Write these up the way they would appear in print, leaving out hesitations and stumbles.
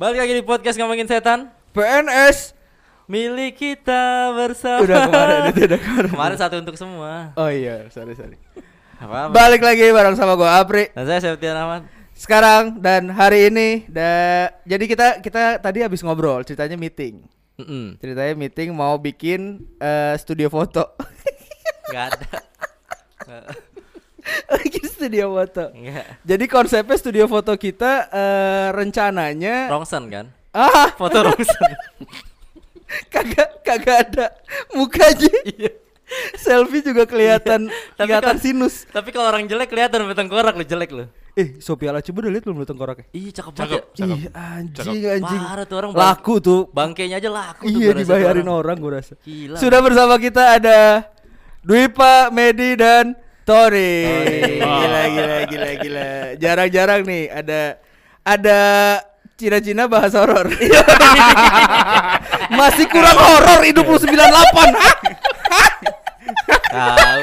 Balik lagi di podcast Ngomongin Setan. PNS Milik kita bersama. udah kemarin. Kemarin satu untuk semua. Oh iya, sorry. Apa? Balik lagi bareng sama gue Apri. Dan saya Septian Ahmad. Sekarang dan hari ini jadi kita tadi habis ngobrol, ceritanya meeting. Ceritanya meeting mau bikin studio foto. Gak ada. Bikin studio foto. Enggak. Jadi konsepnya studio foto kita rencananya Rongsen kan? Foto Rongsen. kagak ada mukanya. Iya. Selfie juga kelihatan sinus. Tapi kalau orang jelek kelihatan tengkorak lu, jelek lu. Sophia Lacuba udah liat belum lu tengkoraknya? Ih, cakep banget. Ih, anjing. Parah tuh orang. Laku tuh. Bangkainya aja laku tuh. Iya, dibayarin orang gua rasa. Gila. Sudah bersama kita ada Dwipa, Medi dan Tori. Gila. Jarang-jarang nih ada Cina-Cina bahas horor. Masih kurang horor hidup lu 98. Tahu.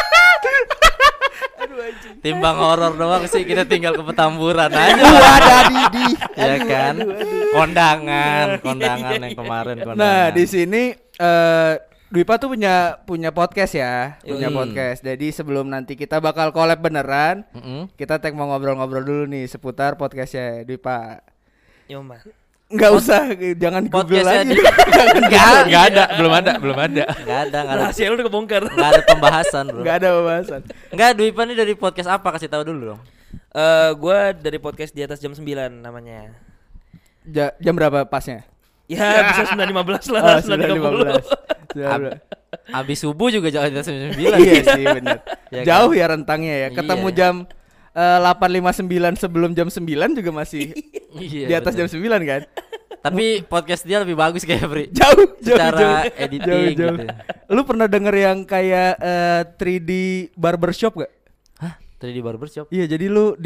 Timbang horor doang sih, kita tinggal ke Petamburan aja. Ada di. Ya kan? Kondangan yang kemarin kondangan. Nah, di sini Dwipa tuh punya podcast ya, punya podcast. Jadi sebelum nanti kita bakal collab beneran, kita mau ngobrol-ngobrol dulu nih seputar podcastnya Dwipa. Yoman. Nggak usah, jangan Google lagi. Enggak ada. Enggak ada. Rahasia lu udah kebongkar. Enggak ada pembahasan, Bro. Nggak ada pembahasan. Enggak, Dwipa nih dari podcast apa? Kasih tahu dulu dong. Gua dari podcast di atas jam 9 namanya. Jam berapa pasnya? Ya bisa 9.15 lah, 9.30. Habis subuh juga jam 9. Iya sih benar. Ya Jauh kan? ya rentangnya ya. Ketemu Iya. jam 8.59 sebelum jam 9 juga masih Iya, di atas betul. jam 9 kan? Tapi podcast dia lebih bagus kayak Bri. Jauh. Secara editing gitu. Lu pernah denger yang kayak 3D barbershop gak? Hah? 3D barbershop? Iya, jadi lu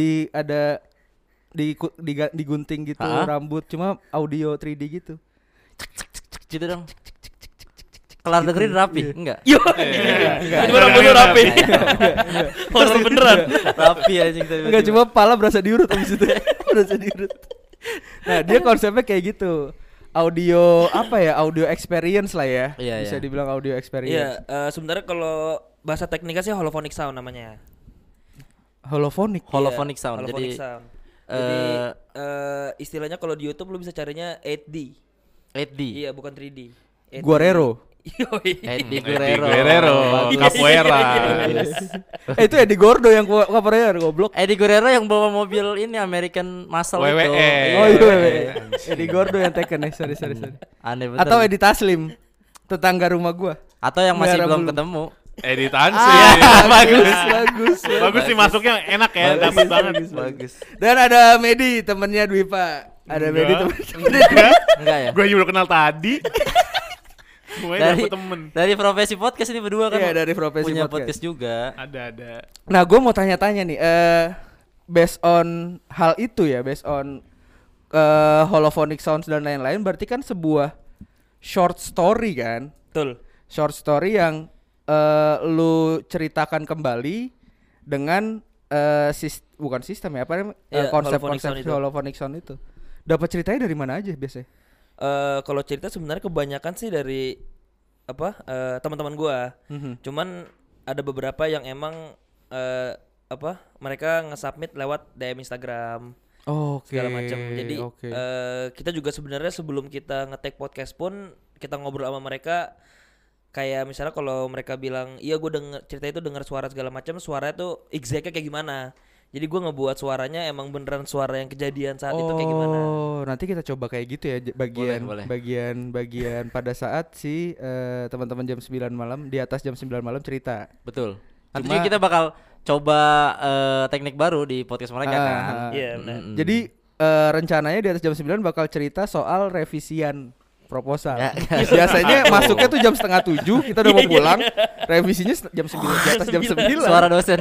digunting gitu rambut, cuma audio 3D gitu. Gitu dong. Kelar dengerin rapi? Enggak. Yo. Enggak. Rambut lu rapi. Horor beneran. Rapi aja kita. Enggak, cuma pala berasa diurut abis itu. Berasa diurut. Nah, dia konsepnya kayak gitu. Audio apa ya? Audio experience lah ya. Iya, Bisa iya. dibilang audio experience. Iya, sebenarnya kalau bahasa tekniknya sih holophonic sound namanya. Holophonic. Holophonic sound. Holophonic Jadi sound. Jadi istilahnya kalau di YouTube lu bisa carinya 8D. 8D. Iya, bukan 3D. 8D. Guerrero. Yoi. Eddie Guerrero, Bagus. Capoeira. Itu Eddie Gordo yang capoeira goblok. Eddie Guerrero yang bawa mobil ini American Muscle WWE. itu. Oh iya. Eddie Gordo yang Tekken ya. Sorry. Aneh betul. Atau Eddie Taslim, tetangga rumah gua. Atau yang masih Merah belum bulu. ketemu. Edit Hansi. Bagus. Bagus sih masuknya enak ya, dapat banget. Bagus. Dan ada Medi, temennya Dwipa. Ada Medi Enggak. Enggak ya? Gue juga udah kenal tadi. Semuanya dapet temen. Dari profesi podcast ini berdua kan. Iya, dari profesi punya podcast. podcast juga. Ada. Nah, gue mau tanya-tanya nih, based on hal itu ya, based on holophonic sounds dan lain-lain, berarti kan sebuah short story kan? Betul. Short story yang lu ceritakan kembali dengan bukan sistem ya, apa namanya? Iya, holophonic Konsep-konsep sound itu. holophonic sound itu. Dapat ceritanya dari mana aja biasanya? Kalau cerita sebenarnya kebanyakan sih dari teman-teman gua. Cuman ada beberapa yang emang mereka nge-submit lewat DM Instagram segala macam. Jadi kita juga sebenarnya sebelum kita nge-take podcast pun kita ngobrol sama mereka. Kayak misalnya kalau mereka bilang, iya gue denger cerita itu dengar suara segala macam, suaranya tuh exactnya kayak gimana. Jadi gue ngebuat suaranya emang beneran suara yang kejadian saat itu kayak gimana. Oh, nanti kita coba kayak gitu ya, Boleh. bagian pada saat si teman-teman jam 9 malam, di atas jam 9 malam cerita. Betul. Nanti juga kita bakal coba teknik baru di podcast mereka kan. Iya, benar. Jadi rencananya di atas jam 9 bakal cerita soal revisian proposal. Ya. Biasanya masuknya tuh jam 6:30, kita udah mau pulang. Revisinya jam 9, di atas jam 9. Suara dosen.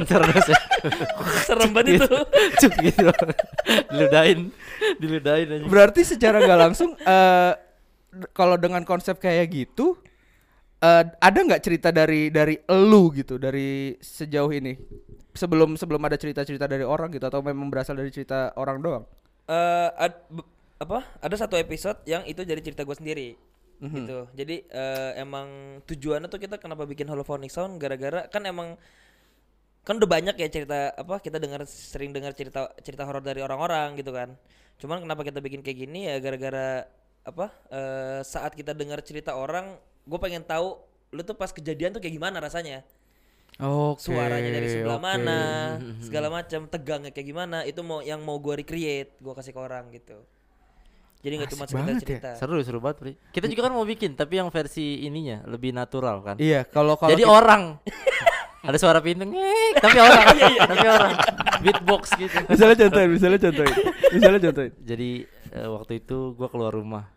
Serem banget itu. Cuk gitu. Diludahin aja. Berarti secara nggak langsung kalau dengan konsep kayak gitu ada nggak cerita dari elu gitu, dari sejauh ini sebelum ada cerita-cerita dari orang gitu, atau memang berasal dari cerita orang doang? ada satu episode yang itu dari cerita gue sendiri. Gitu. Jadi emang tujuannya tuh kita kenapa bikin holophonic sound gara-gara kan emang kan udah banyak ya cerita kita sering dengar cerita horor dari orang-orang gitu kan. Cuman kenapa kita bikin kayak gini ya gara-gara saat kita dengar cerita orang, gue pengen tahu lu tuh pas kejadian tuh kayak gimana rasanya. Suaranya dari sebelah mana, segala macam, tegangnya kayak gimana, itu mau gue recreate, gue kasih ke orang gitu. Jadi nggak cuma sekedar cerita. Seru banget, Pri. Kita juga kan mau bikin, tapi yang versi ininya lebih natural kan. Iya, kalau jadi orang ada suara pintu, tapi orang beatbox gitu. Misalnya contohin. Jadi waktu itu gua keluar rumah.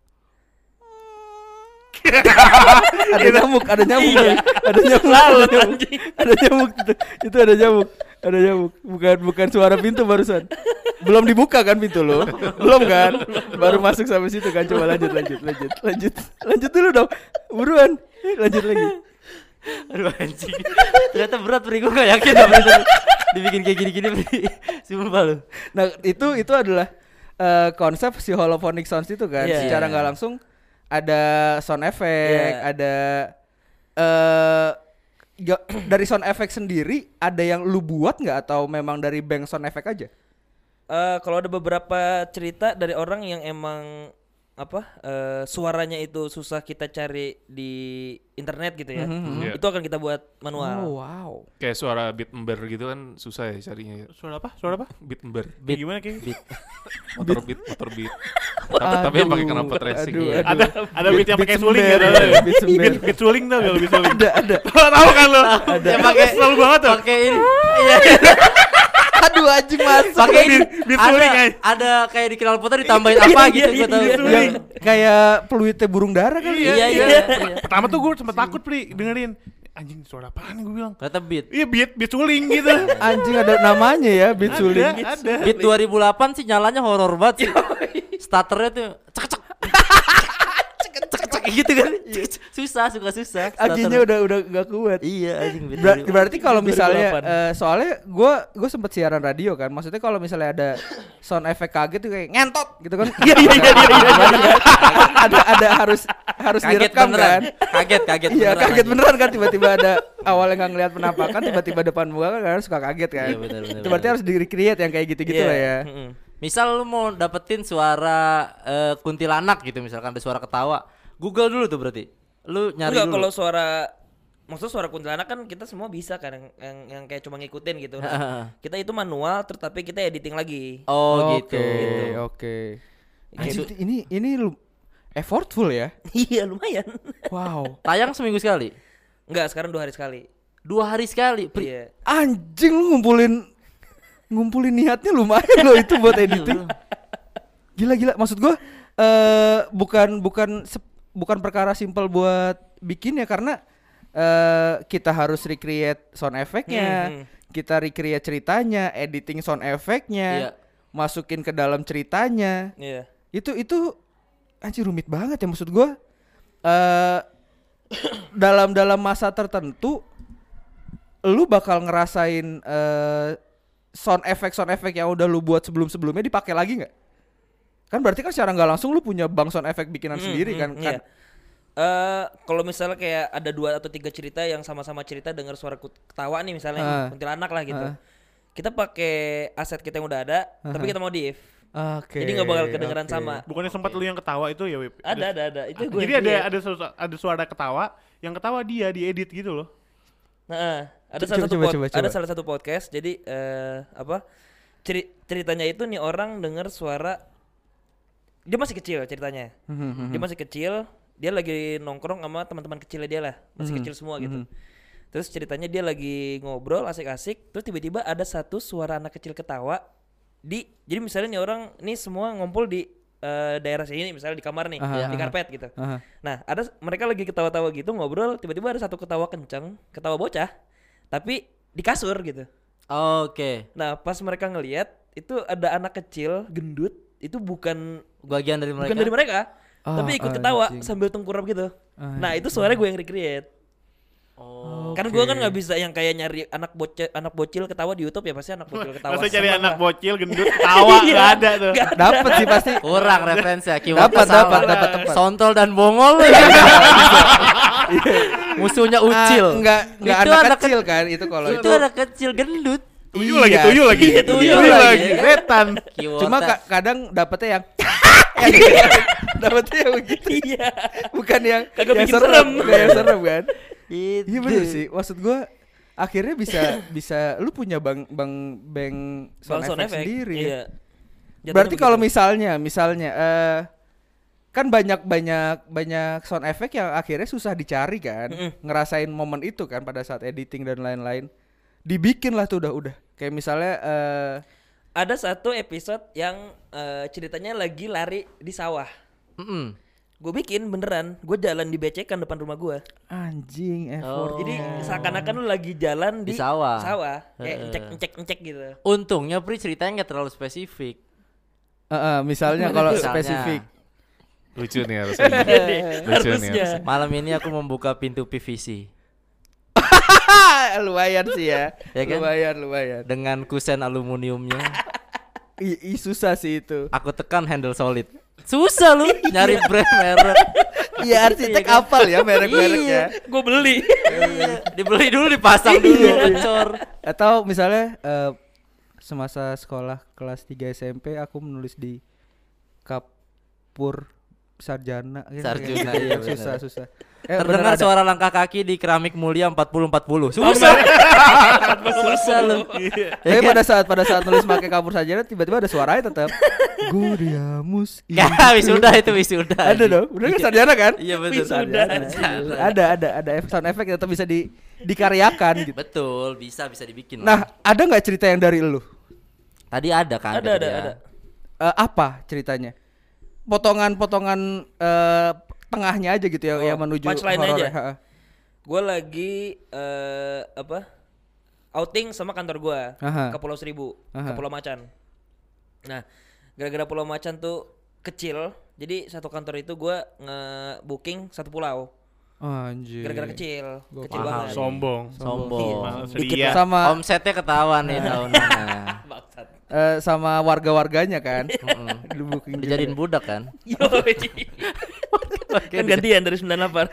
ada nyamuk itu ada nyamuk bukan suara pintu barusan, belum dibuka kan pintu lo, belum kan, baru masuk sampai situ kan. Coba lanjut dulu dong, buruan, lanjut lagi. Aduh anjing, ternyata berat, Pri. Gue gak yakin dah bisa dibikin kayak gini-gini, Pri. Sumpah lu. Nah itu adalah konsep si holophonic sounds itu kan. Secara nggak langsung ada sound effect, ada dari sound effect sendiri ada yang lu buat nggak atau memang dari bank sound effect aja? Kalau ada beberapa cerita dari orang yang emang suaranya itu susah kita cari di internet gitu ya, itu akan kita buat manual. Oh wow. Kayak suara beat ember gitu kan susah ya carinya. Suara apa? Beat ember. Kayak gimana kayak? Motor beat. Tapi yang pakai knalpot racing. Ada beat yang pakai suling gitu. Beat suling tuh kalau beat suling. Ada. Tahu kan lo? Yang pakai selalu banget tuh. Pakai ini. Iya. Aduh anjing mas. Pakai ini. Beat suling ada kayak di knalpotnya ditambahin apa gitu gua tahu. Yang kayak peluitnya burung dara kan? Iya. Pertama tuh gue sempet takut, Pri, dengerin. Anjing suara apaan gue bilang. Kata beat. Iya beat suling gitu. Anjing ada namanya ya, beat suling. Ada. Beat 2008 sih nyalanya horor banget sih. Starternya tuh cek gitu kan. Susah. Anjingnya udah gak kuat. Iya anjing beat. Berarti kalau misalnya soalnya gue sempet siaran radio kan. Maksudnya kalau misalnya ada sound effect kaget tuh kayak ngentot gitu kan. Iya. Ada harus direkam kan. Kaget Iya, kaget beneran kan, tiba-tiba ada awalnya enggak ngelihat penampakan, tiba-tiba depan muka kan suka kaget kan. Iya, bener. Itu berarti harus di-recreate yang kayak gitu-gitu lah ya. Misal lu mau dapetin suara kuntilanak gitu, misalkan ada suara ketawa, Google dulu tuh berarti. Lu nyari dulu. Kalau maksudnya suara kuntilanak kan kita semua bisa kan yang kayak cuma ngikutin gitu. Nah, kita itu manual tetapi kita editing lagi. Oh gitu. Oke. Ini lu effortful ya? Iya lumayan. Wow. Tayang seminggu sekali? Enggak, sekarang 2 hari sekali. 2 hari sekali. Iya. Anjing lu ngumpulin niatnya lumayan loh itu buat editing. Gila. Maksud gua bukan perkara simpel buat bikin ya, karena kita harus recreate sound effect-nya, kita recreate ceritanya, editing sound effect-nya, masukin ke dalam ceritanya. Iya. Itu anjir rumit banget ya, maksud gua dalam masa tertentu lu bakal ngerasain sound effect yang udah lu buat sebelumnya dipakai lagi nggak? Kan berarti kan secara nggak langsung lu punya bank sound effect bikinan sendiri kan? Iya. Kalau misalnya kayak ada 2 atau 3 cerita yang sama-sama cerita dengar suara ketawa nih misalnya kuntilanak lah gitu, kita pakai aset kita yang udah ada, tapi kita modif. Oke. Jadi nggak bakal kedengeran sama. Bukannya sempat lu yang ketawa itu ya, Wip? Ada. Itu gue. Jadi ada suara ketawa, yang ketawa dia diedit gitu loh. Nah, ada Coba. salah satu podcast. Jadi ceritanya itu nih orang dengar suara, dia masih kecil ceritanya. Dia masih kecil, dia lagi nongkrong sama teman-teman kecilnya dia lah, masih kecil semua gitu. Terus ceritanya dia lagi ngobrol asik-asik, terus tiba-tiba ada satu suara anak kecil ketawa jadi misalnya nih orang nih semua ngumpul di daerah sini, misalnya di kamar nih, di karpet gitu. Nah, mereka lagi ketawa-tawa gitu ngobrol, tiba-tiba ada satu ketawa kenceng, ketawa bocah, tapi di kasur gitu. Oke. Nah, pas mereka ngelihat itu ada anak kecil gendut, itu bukan Bagian dari mereka. bukan dari mereka, tapi ikut ketawa sambil tengkurap gitu. Nah, itu suaranya gue yang recreate. Oh. Kan gue kan nggak bisa yang kayak nyari anak bocil ketawa di YouTube ya pasti anak bocil ketawa. Masa cari sama anak lah. bocil gendut ketawa nggak ada tuh. Dapat sih pasti. Kurang referensi ya. Keywordnya Dapat salah. tempat. Sontol dan bongol. Musuhnya Ucil. Enggak Itu anak anak kecil kan itu kalau Itu anak kecil gendut. Tuyul lagi, tuyul lagi. Iya, tuyul lagi. Setan. Keywordnya. Cuma kadang dapetnya yang dapetnya yang begitu. Iya. Bukan yang Kagak yang bikin serem. serem. Nggak yang serem kan. Itu. Iya bener sih. Maksud gua akhirnya bisa lu punya bank sound Sound effect effect. sendiri. Iya. Jatuhnya Berarti kalau begitu. misalnya kan banyak sound effect yang akhirnya susah dicari kan. Ngerasain momen itu kan pada saat editing dan lain-lain. Dibikin lah tuh udah. Kayak misalnya ada satu episode yang ceritanya lagi lari di sawah. Gue bikin beneran, gue jalan di becekan depan rumah gue. anjing effort. Jadi seakan-akan lu lagi jalan Di di sawah. kayak encek gitu. Untungnya Pri ceritanya nggak terlalu spesifik. Misalnya kalau Misalnya. spesifik. Lucu nih harusnya. Lucu nih Harusnya. harusnya. Malam ini aku membuka pintu PVC Lumayan sih ya. Ya kan? Lumayan. dengan kusen aluminiumnya. Susah sih itu. Aku tekan handle solid. Susah lu nyari brand merek. Iya arsitek apal ya merek-mereknya. Gue beli. Iya, dibeli dulu dipasang dulu ngecor. Atau misalnya semasa sekolah kelas 3 SMP aku menulis di kapur sarjana gitu. Sarjana, iya, benar. susah. Terdengar suara langkah kaki di keramik mulia 40-40. Susah. Susah lu. Tapi pada saat nulis pakai kapur sarjana tiba-tiba ada suaranya tetap Guriamus. Ya, wisuda itu wisuda. Ada dong. Bener kan sarjana kan? Iya betul. Sarjana. Ada sound effect tetap bisa dikaryakan gitu. Betul, bisa dibikin. Nah, ada nggak cerita yang dari lu? tadi ada kan? Ada. Apa ceritanya? Potongan-potongan tengahnya aja gitu ya, yang menuju punchline horor. aja. Gue lagi outing sama kantor gue Aha. ke Pulau Seribu, Aha. ke Pulau Macan. Nah, gara-gara Pulau Macan tuh kecil, jadi satu kantor itu gue nge-booking satu pulau. Anjir. Gara-gara kecil Mahal. banget. Sombong. Sombong. Dikit Iya. Sama Omsetnya ketahuan nih tahunannya. Bangsat. sama warga-warganya kan. Lu booking juga. Dijadiin budak kan? Yoi. Kan gantian dari 98.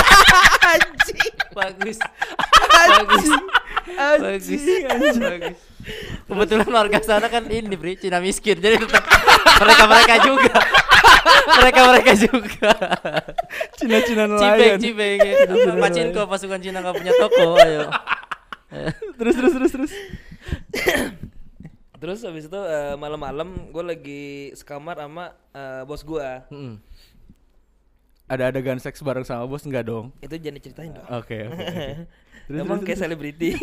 Bagus. Bagus. Bagus. Bagus. Kebetulan warga sana kan ini Bri, Cina miskin. Jadi tetap mereka juga. Mereka juga. Cina-Cina Cibeng, nelayan. cibeng. Pacinko pasukan Cina nggak punya toko, ayo. Terus. Terus habis itu malam-malam gue lagi sekamar sama bos gue. Ada adegan seks bareng sama bos enggak dong? Itu jangan diceritain dong. Oke. Emang kayak selebriti.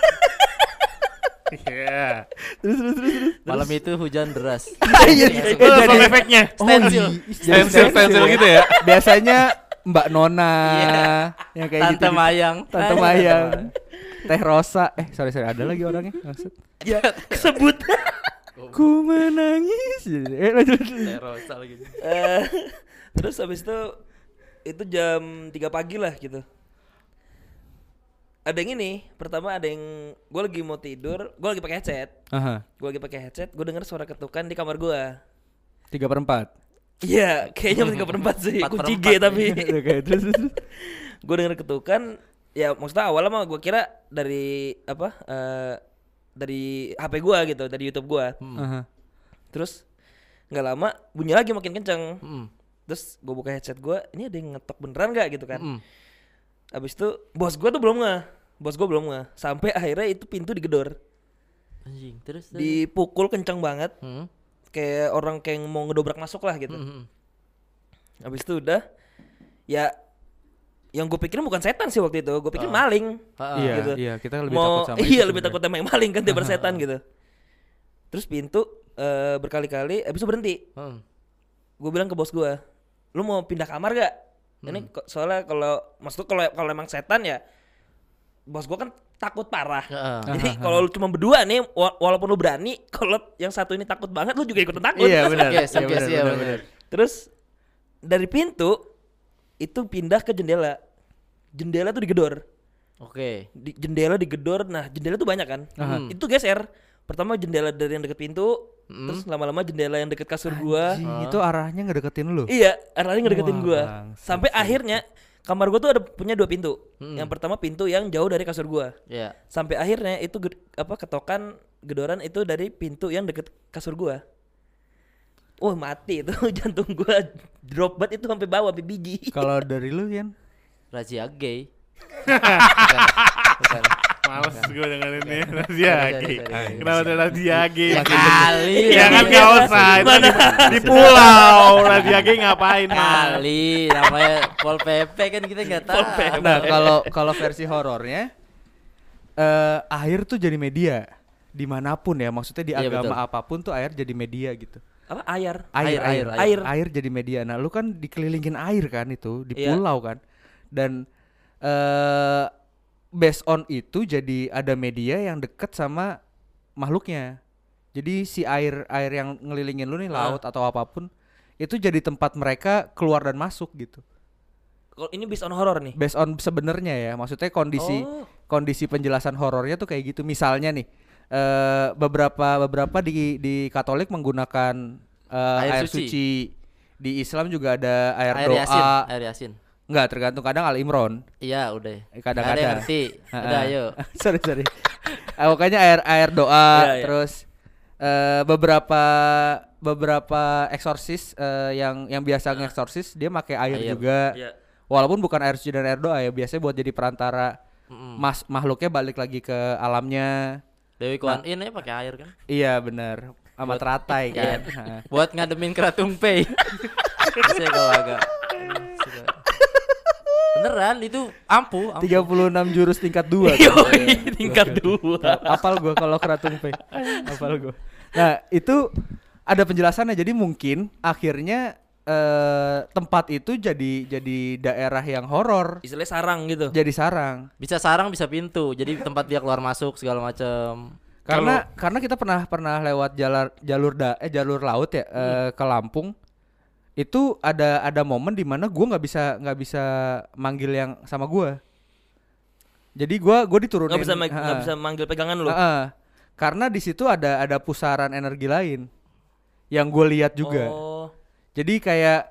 Iya. Terus. Malam itu hujan deras. Iya. Sound efeknya. Stensil gitu ya. Biasanya Mbak Nona yang kayak Tante gitu. Mayang. Tante Mayang. Teh Rosa. Sorry ada lagi orangnya. Maksud. Ya kesebut. Ku menangis. Lanjut. Rosa lagi. Terus habis itu jam 3 pagi lah gitu. Ada yang ini, pertama ada yang gue lagi mau tidur, gue lagi pakai headset. Aha. Gue denger suara ketukan di kamar gue. 3/4. Iya, kayaknya 3/4 sih, 4/4 kunci G tapi. Oke, terus. Gue denger ketukan, ya maksudnya awalnya mah gue kira dari dari HP gue gitu, dari YouTube gue. Aha. Terus nggak lama bunyi lagi makin kenceng. Mm. Terus gue buka headset gue, ini ada yang ngetok beneran gak gitu kan? Mm. Abis itu bos gue tuh belum nge, sampai akhirnya itu pintu digedor, Anjing, terus. dipukul kenceng banget, Hmm. kayak orang kayak mau ngedobrak masuk lah gitu. Abis itu udah, ya yang gue pikirin bukan setan sih waktu itu, gue pikir maling. Iya, gitu. iya, kita lebih Mau takut sama iya itu lebih takut sebenarnya. sama yang maling kan daripada setan gitu. Terus pintu berkali-kali, abis itu berhenti. Gue bilang ke bos gue, lu mau pindah kamar gak? Ini soalnya kalau emang setan ya, bos gue kan takut parah. Jadi kalau lu cuma berdua nih, walaupun lu berani, kalau yang satu ini takut banget, lu juga ikutan takut. Iya benar. Iya benar. Terus dari pintu itu pindah ke jendela. Jendela tuh digedor. Oke. Di jendela digedor. Nah, jendela tuh banyak kan. Itu geser. Pertama jendela dari yang deket pintu, terus lama-lama jendela yang deket kasur gua. Itu arahnya ngedeketin lu. Iya, arahnya ngedeketin Wah, gua. bangsat Sampai akhirnya kamar gua tuh punya 2 pintu. Yang pertama pintu yang jauh dari kasur gua. Iya. Sampai akhirnya itu ketokan gedoran itu dari pintu yang deket kasur gua. Wah, mati itu jantung gua drop banget itu sampai bawah sampai biji. Kalau dari lu Yan? Razia gay. Bukan. Males gue dengerin nih rahasia gay. sorry. Kenapa ada rahasia gay? Kali. Ya kan gak usah. Itu di pulau rahasia gay ngapain Mas? Kali namanya Pol PP kan kita nggak tahu. Nah, kalau versi horornya air tuh jadi media dimanapun ya, maksudnya di Iya, agama betul. apapun tuh air jadi media gitu. Apa air? Air jadi media. Nah, lu kan dikelilingin air kan itu di Iya. pulau kan, dan based on itu jadi ada media yang deket sama makhluknya. Jadi si air yang ngelilingin lu nih, laut atau apapun, itu jadi tempat mereka keluar dan masuk gitu. Kalau ini based on horror nih. Based on sebenarnya ya, maksudnya kondisi penjelasan horornya tuh kayak gitu. Misalnya nih, beberapa di Katolik menggunakan air suci. Di Islam juga ada air doa. Air Yasin. Enggak, tergantung, kadang Al Imron. Iya, udah. Kadang-kadang. Ada yang ngerti. Udah, ayo. sorry. Pokoknya air doa, Iya. terus beberapa eksorsis yang biasa ngeksorsis dia pakai air juga. Iya. Walaupun bukan air suci dan air doa ya, biasanya buat jadi perantara makhluknya balik lagi ke alamnya. Dewi Kuan Yin aja pakai air kan. Iya benar, sama teratai kan. Buat ngademin keratung pay. Saya kalau agak beneran itu ampuh. 36 jurus tingkat 2 Yoi, tingkat 2. Apal gue kalau keratung P. Apal gue. Nah, itu ada penjelasannya. Jadi mungkin akhirnya tempat itu jadi daerah yang horor. Istilahnya sarang gitu. Jadi sarang. Bisa sarang, bisa pintu. Jadi tempat dia keluar masuk segala macam. Karena kita pernah lewat jalur laut ya, ke Lampung. Itu ada momen di mana gue nggak bisa manggil yang sama gue. Jadi gue diturunin. Nggak bisa manggil pegangan lu. Karena di situ ada pusaran energi lain yang gue lihat juga. Oh. Jadi kayak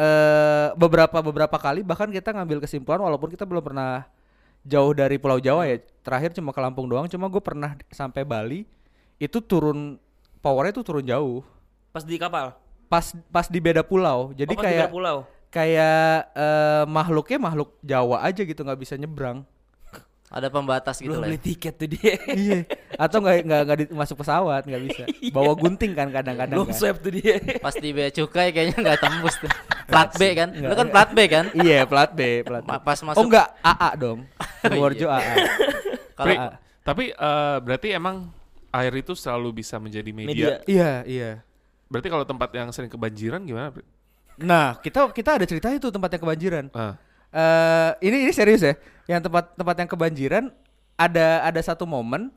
beberapa kali bahkan kita ngambil kesimpulan, walaupun kita belum pernah jauh dari Pulau Jawa ya. Terakhir cuma ke Lampung doang. Cuma gue pernah sampai Bali. Itu powernya tuh turun jauh. Pas di kapal. Pas di beda pulau. Jadi pas di beda pulau. kayak makhluknya makhluk Jawa aja gitu, nggak bisa nyebrang. Ada pembatas gitu Belum lah. beli tiket tuh dia. Iya. Atau nggak masuk pesawat, nggak bisa. Bawa gunting kan kadang-kadang. Belum Kan? swab tuh dia. Pas di bea cukai kayaknya nggak tembus tuh. Plat B kan? Lu kan plat B kan? Iya, plat B. Pas masuk. Oh enggak, AA dong. Purworejo AA. Kalau Tapi berarti emang air itu selalu bisa menjadi media. Iya. Berarti kalau tempat yang sering kebanjiran gimana? Nah, kita ada cerita itu tempat yang kebanjiran. Ah. Ini serius ya. Yang tempat yang kebanjiran ada satu momen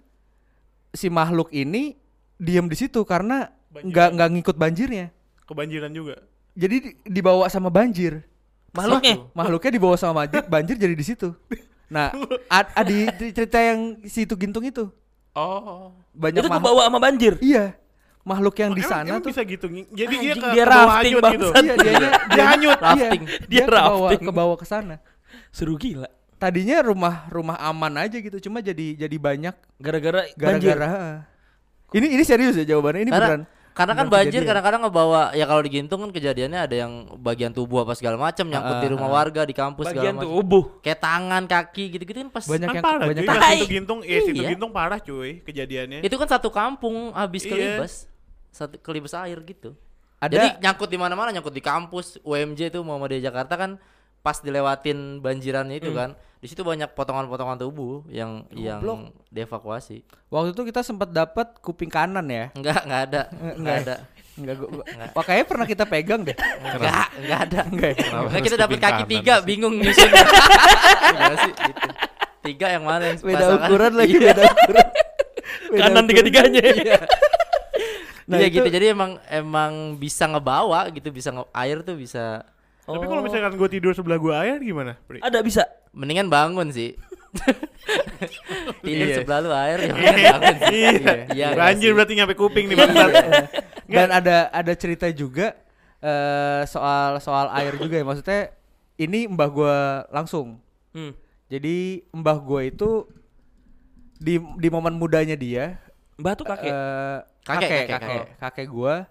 si makhluk ini diem di situ karena nggak ngikut banjirnya. Kebanjiran juga. Jadi dibawa sama banjir. Makhluknya Dibawa sama banjir jadi di situ. Nah, di cerita yang si itu gintung itu Oh. banyak itu kebawa sama banjir. Iya. Makhluk yang di Emang sana tuh bisa gitu. Jadi dia Anjing, ke dia bawah rafting hanyut gitu. bangsat. iya Dia hanyut. Rafting. Dia rafting. ke bawah ke sana. Seru gila. Tadinya rumah aman aja gitu, cuma jadi banyak Gara-gara banjir. gara-gara. Ini serius ya jawabannya, ini beneran. Karena kan beneran banjir kejadian. kadang-kadang ngebawa, ya kalau di Gintung kan kejadiannya ada yang bagian tubuh apa segala macam nyangkut di rumah warga, di kampus Bagian segala macam. tubuh. Kayak tangan, kaki gitu-gitu kan pas. Banyak Kan yang parah banyak cuy. Tai. Situ Gintung, situ Iya. Gintung parah cuy kejadiannya. Itu kan satu kampung habis Iya. kelibas. Satu kelibas air gitu. ada Jadi nyangkut di mana-mana, nyangkut di kampus, UMJ itu Muhammadiyah Jakarta kan pas dilewatin banjirannya itu kan. Di situ banyak potongan-potongan tubuh yang dievakuasi. waktu itu kita sempat dapat kuping kanan ya. Enggak ada. Enggak ada. Enggak gua. Wah, kayaknya pernah kita pegang deh. Enggak ada. Enggak. Nah, kita dapat kaki 3 bingung nyusunnya. Gimana sih gitu. 3 yang mana yang Beda pasangan? ukuran lagi, Iya. beda ukuran. Beda Kanan ukuran. tiga-tiganya. Iya. Nah, Iya itu- gitu. Jadi emang bisa ngebawa gitu, bisa air tuh bisa. Tapi kalau misalkan gue tidur sebelah gue air gimana? Pri? Ada bisa. Mendingan bangun sih. Tidur sebelah lu air ya. Iya. Banjir berarti nyampe kuping nih bangsat. Dan ada cerita juga soal air juga ya. Maksudnya ini mbah gua langsung. Jadi mbah gua itu di momen mudanya dia, Mbah tuh kakek. Kakek gua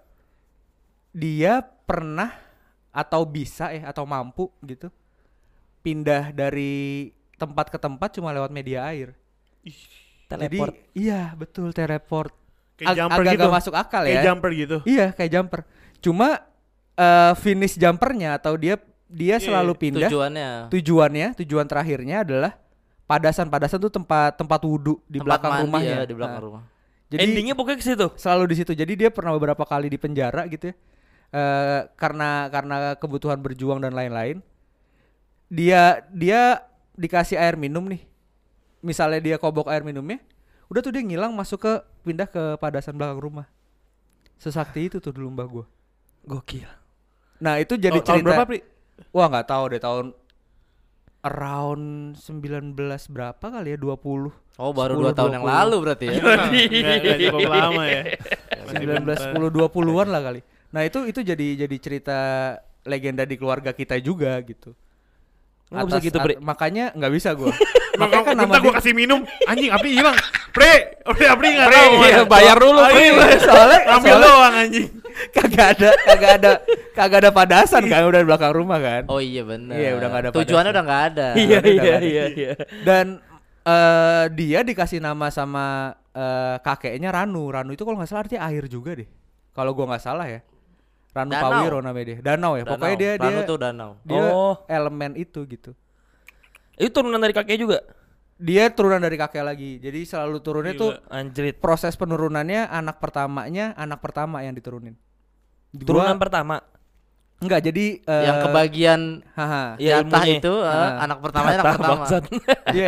dia pernah atau bisa atau mampu gitu pindah dari tempat ke tempat cuma lewat media air. Teleport. Jadi iya betul teleport. Kayak jumper agak gitu. gak masuk akal ya. Kayak jumper gitu. Iya kayak jumper. Cuma finish jumpernya atau dia selalu pindah. Tujuan terakhirnya adalah Padasan tuh tempat wudhu di belakang rumahnya. Di belakang rumah. Jadi Endingnya pokoknya ke situ. Selalu di situ. Jadi dia pernah beberapa kali di penjara gitu ya. Karena kebutuhan berjuang dan lain-lain. Dia dikasih air minum nih. Misalnya dia kobok air minumnya, udah tuh dia ngilang pindah ke Padasan belakang rumah. Sesakti itu tuh dulu mbah gua. Gokil. Nah, itu jadi cerita. Tahun berapa, Pri? Wah, enggak tahu deh tahun around 19 berapa kali ya 20. Oh, baru 2 tahun yang lalu berarti ya. Enggak cukup lama ya. 19 10 20-an lah kali. Nah, itu jadi cerita legenda di keluarga kita juga gitu. Nggak bisa gitu, Bre. Makanya nggak bisa gue. Makanya kan minta gue kasih minum. Anjing Apri hilang. Pre Apri nggak tahu. Iya, bayar dulu, Pre. Soalnya ambil doang anjing. kagak ada Padasan kan udah di belakang rumah kan. Oh iya benar. Iya udah nggak ada. Tujuannya udah nggak ada. Iya. Dan dia dikasih nama sama kakeknya Ranu. Ranu itu kalau nggak salah artinya air juga deh. Kalau gua nggak salah ya. Ranu Danau. Pawiro namanya dia. Danau ya. Pokoknya dia Ranu tuh danau. Dia elemen itu gitu. Itu turunan dari kakek juga. Dia turunan dari kakek lagi. Jadi selalu turunnya tuh Anjrit. proses penurunannya anak pertama yang diturunin. Turunan pertama. Enggak, jadi yang kebagian ya, jatah ilmunya. itu anak pertamanya anak pertama. Iya,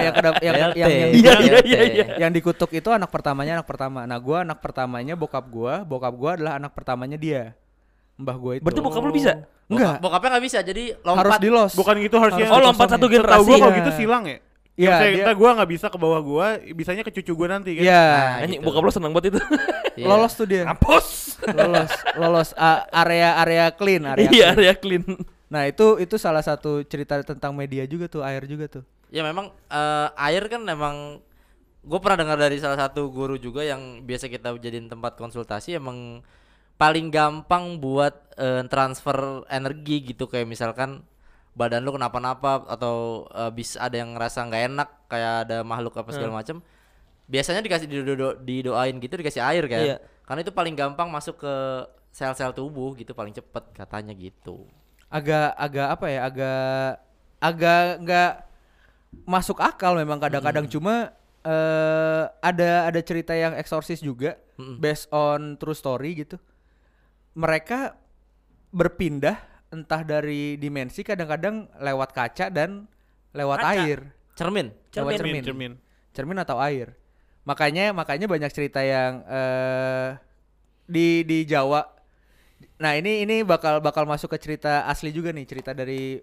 yang dikutuk itu anak pertamanya. Nah, gua anak pertamanya bokap gua adalah anak pertamanya dia. Mbah gua itu. Berarti bokap lu bisa? Enggak. Bokapnya enggak bisa, jadi Harus lompat. di los. Bukan gitu harusnya. Oh, lompat satu Tahu generasi. gue kalau gitu silang ya. Iya, Kita gue nggak bisa ke bawah gue, bisanya ke cucu gue nanti kan. Iya. Anjing, gitu. bokap lu seneng banget itu. Iya. Lolos tuh dia. Mampus. Lolos area clean, Iya, area clean. Nah, itu salah satu cerita tentang media juga tuh, air juga tuh. Ya memang air kan memang gue pernah dengar dari salah satu guru juga yang biasa kita jadiin tempat konsultasi, emang paling gampang buat transfer energi gitu, kayak misalkan badan lu kenapa-napa atau bisa ada yang ngerasa nggak enak kayak ada makhluk apa segala macam, biasanya dikasih didoain gitu, dikasih air kan. Iya. Karena itu paling gampang masuk ke sel-sel tubuh gitu, paling cepet katanya gitu. Agak apa ya, agak nggak masuk akal memang kadang-kadang. Cuma ada cerita yang eksorsis juga based on true story gitu. Mereka berpindah entah dari dimensi, kadang-kadang lewat kaca dan lewat air. Cermin Atau air. Makanya banyak cerita yang di Jawa. Nah, ini bakal masuk ke cerita asli juga nih, cerita dari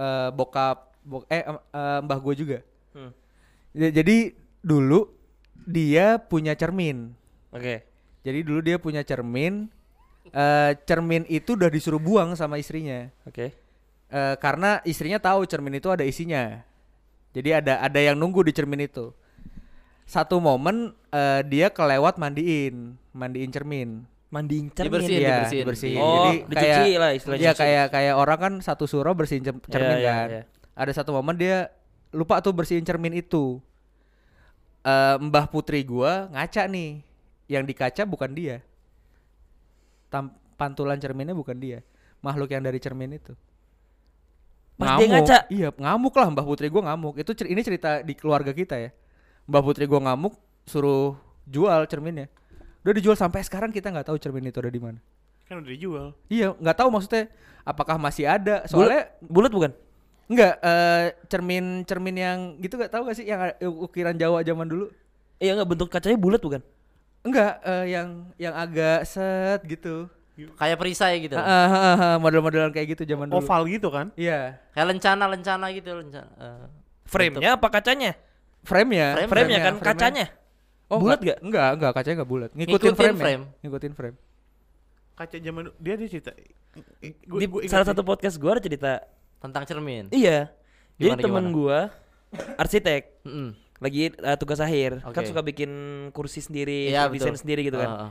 mbah gue juga. Jadi dulu dia punya cermin. Oke. Jadi dulu dia punya cermin. Cermin itu udah disuruh buang sama istrinya. Oke. Karena istrinya tahu cermin itu ada isinya. Jadi ada yang nunggu di cermin itu. Satu momen dia kelewat mandiin cermin. Mandiin cermin. Dibersihin. Oh, jadi dicuci lah istilahnya. Iya, kayak orang kan satu surau bersihin cermin kan. Iya. Ada satu momen dia lupa tuh bersihin cermin itu. Mbah putri gua ngaca nih. Yang di kaca bukan dia. Pantulan cerminnya bukan dia. Makhluk yang dari cermin itu. Pas dia ngaca? Iya, ngamuk lah mbah putri gua ngamuk. Ini cerita di keluarga kita ya. Mbah putri gua ngamuk, suruh jual cerminnya. Udah dijual, sampai sekarang kita nggak tahu cermin itu ada di mana. Kan udah dijual. Iya, nggak tahu maksudnya apakah masih ada. Soalnya bulat bukan? Enggak, cermin yang gitu, nggak tahu gak sih yang ukiran Jawa zaman dulu? Iya, enggak, bentuk kacanya bulat bukan? Enggak, yang agak set gitu. Kayak perisai gitu. Model-modelan kayak gitu zaman dulu. Oval gitu kan? Iya. Kayak lencana gitu, Frame-nya apa kacanya? Frame-nya Frame-nya kan kacanya. Oh, bulat gak? Enggak, kacanya enggak bulat. Ngikutin frame. Ngikutin frame. Kaca zaman dia cerita. Di salah satu podcast gua ada cerita. Tentang cermin. Iya. Jadi Gimana, temen gua arsitek. Mm-mm. Lagi tugas akhir. Kan Oke. suka bikin kursi sendiri, Iya, desain betul. sendiri gitu kan. Heeh.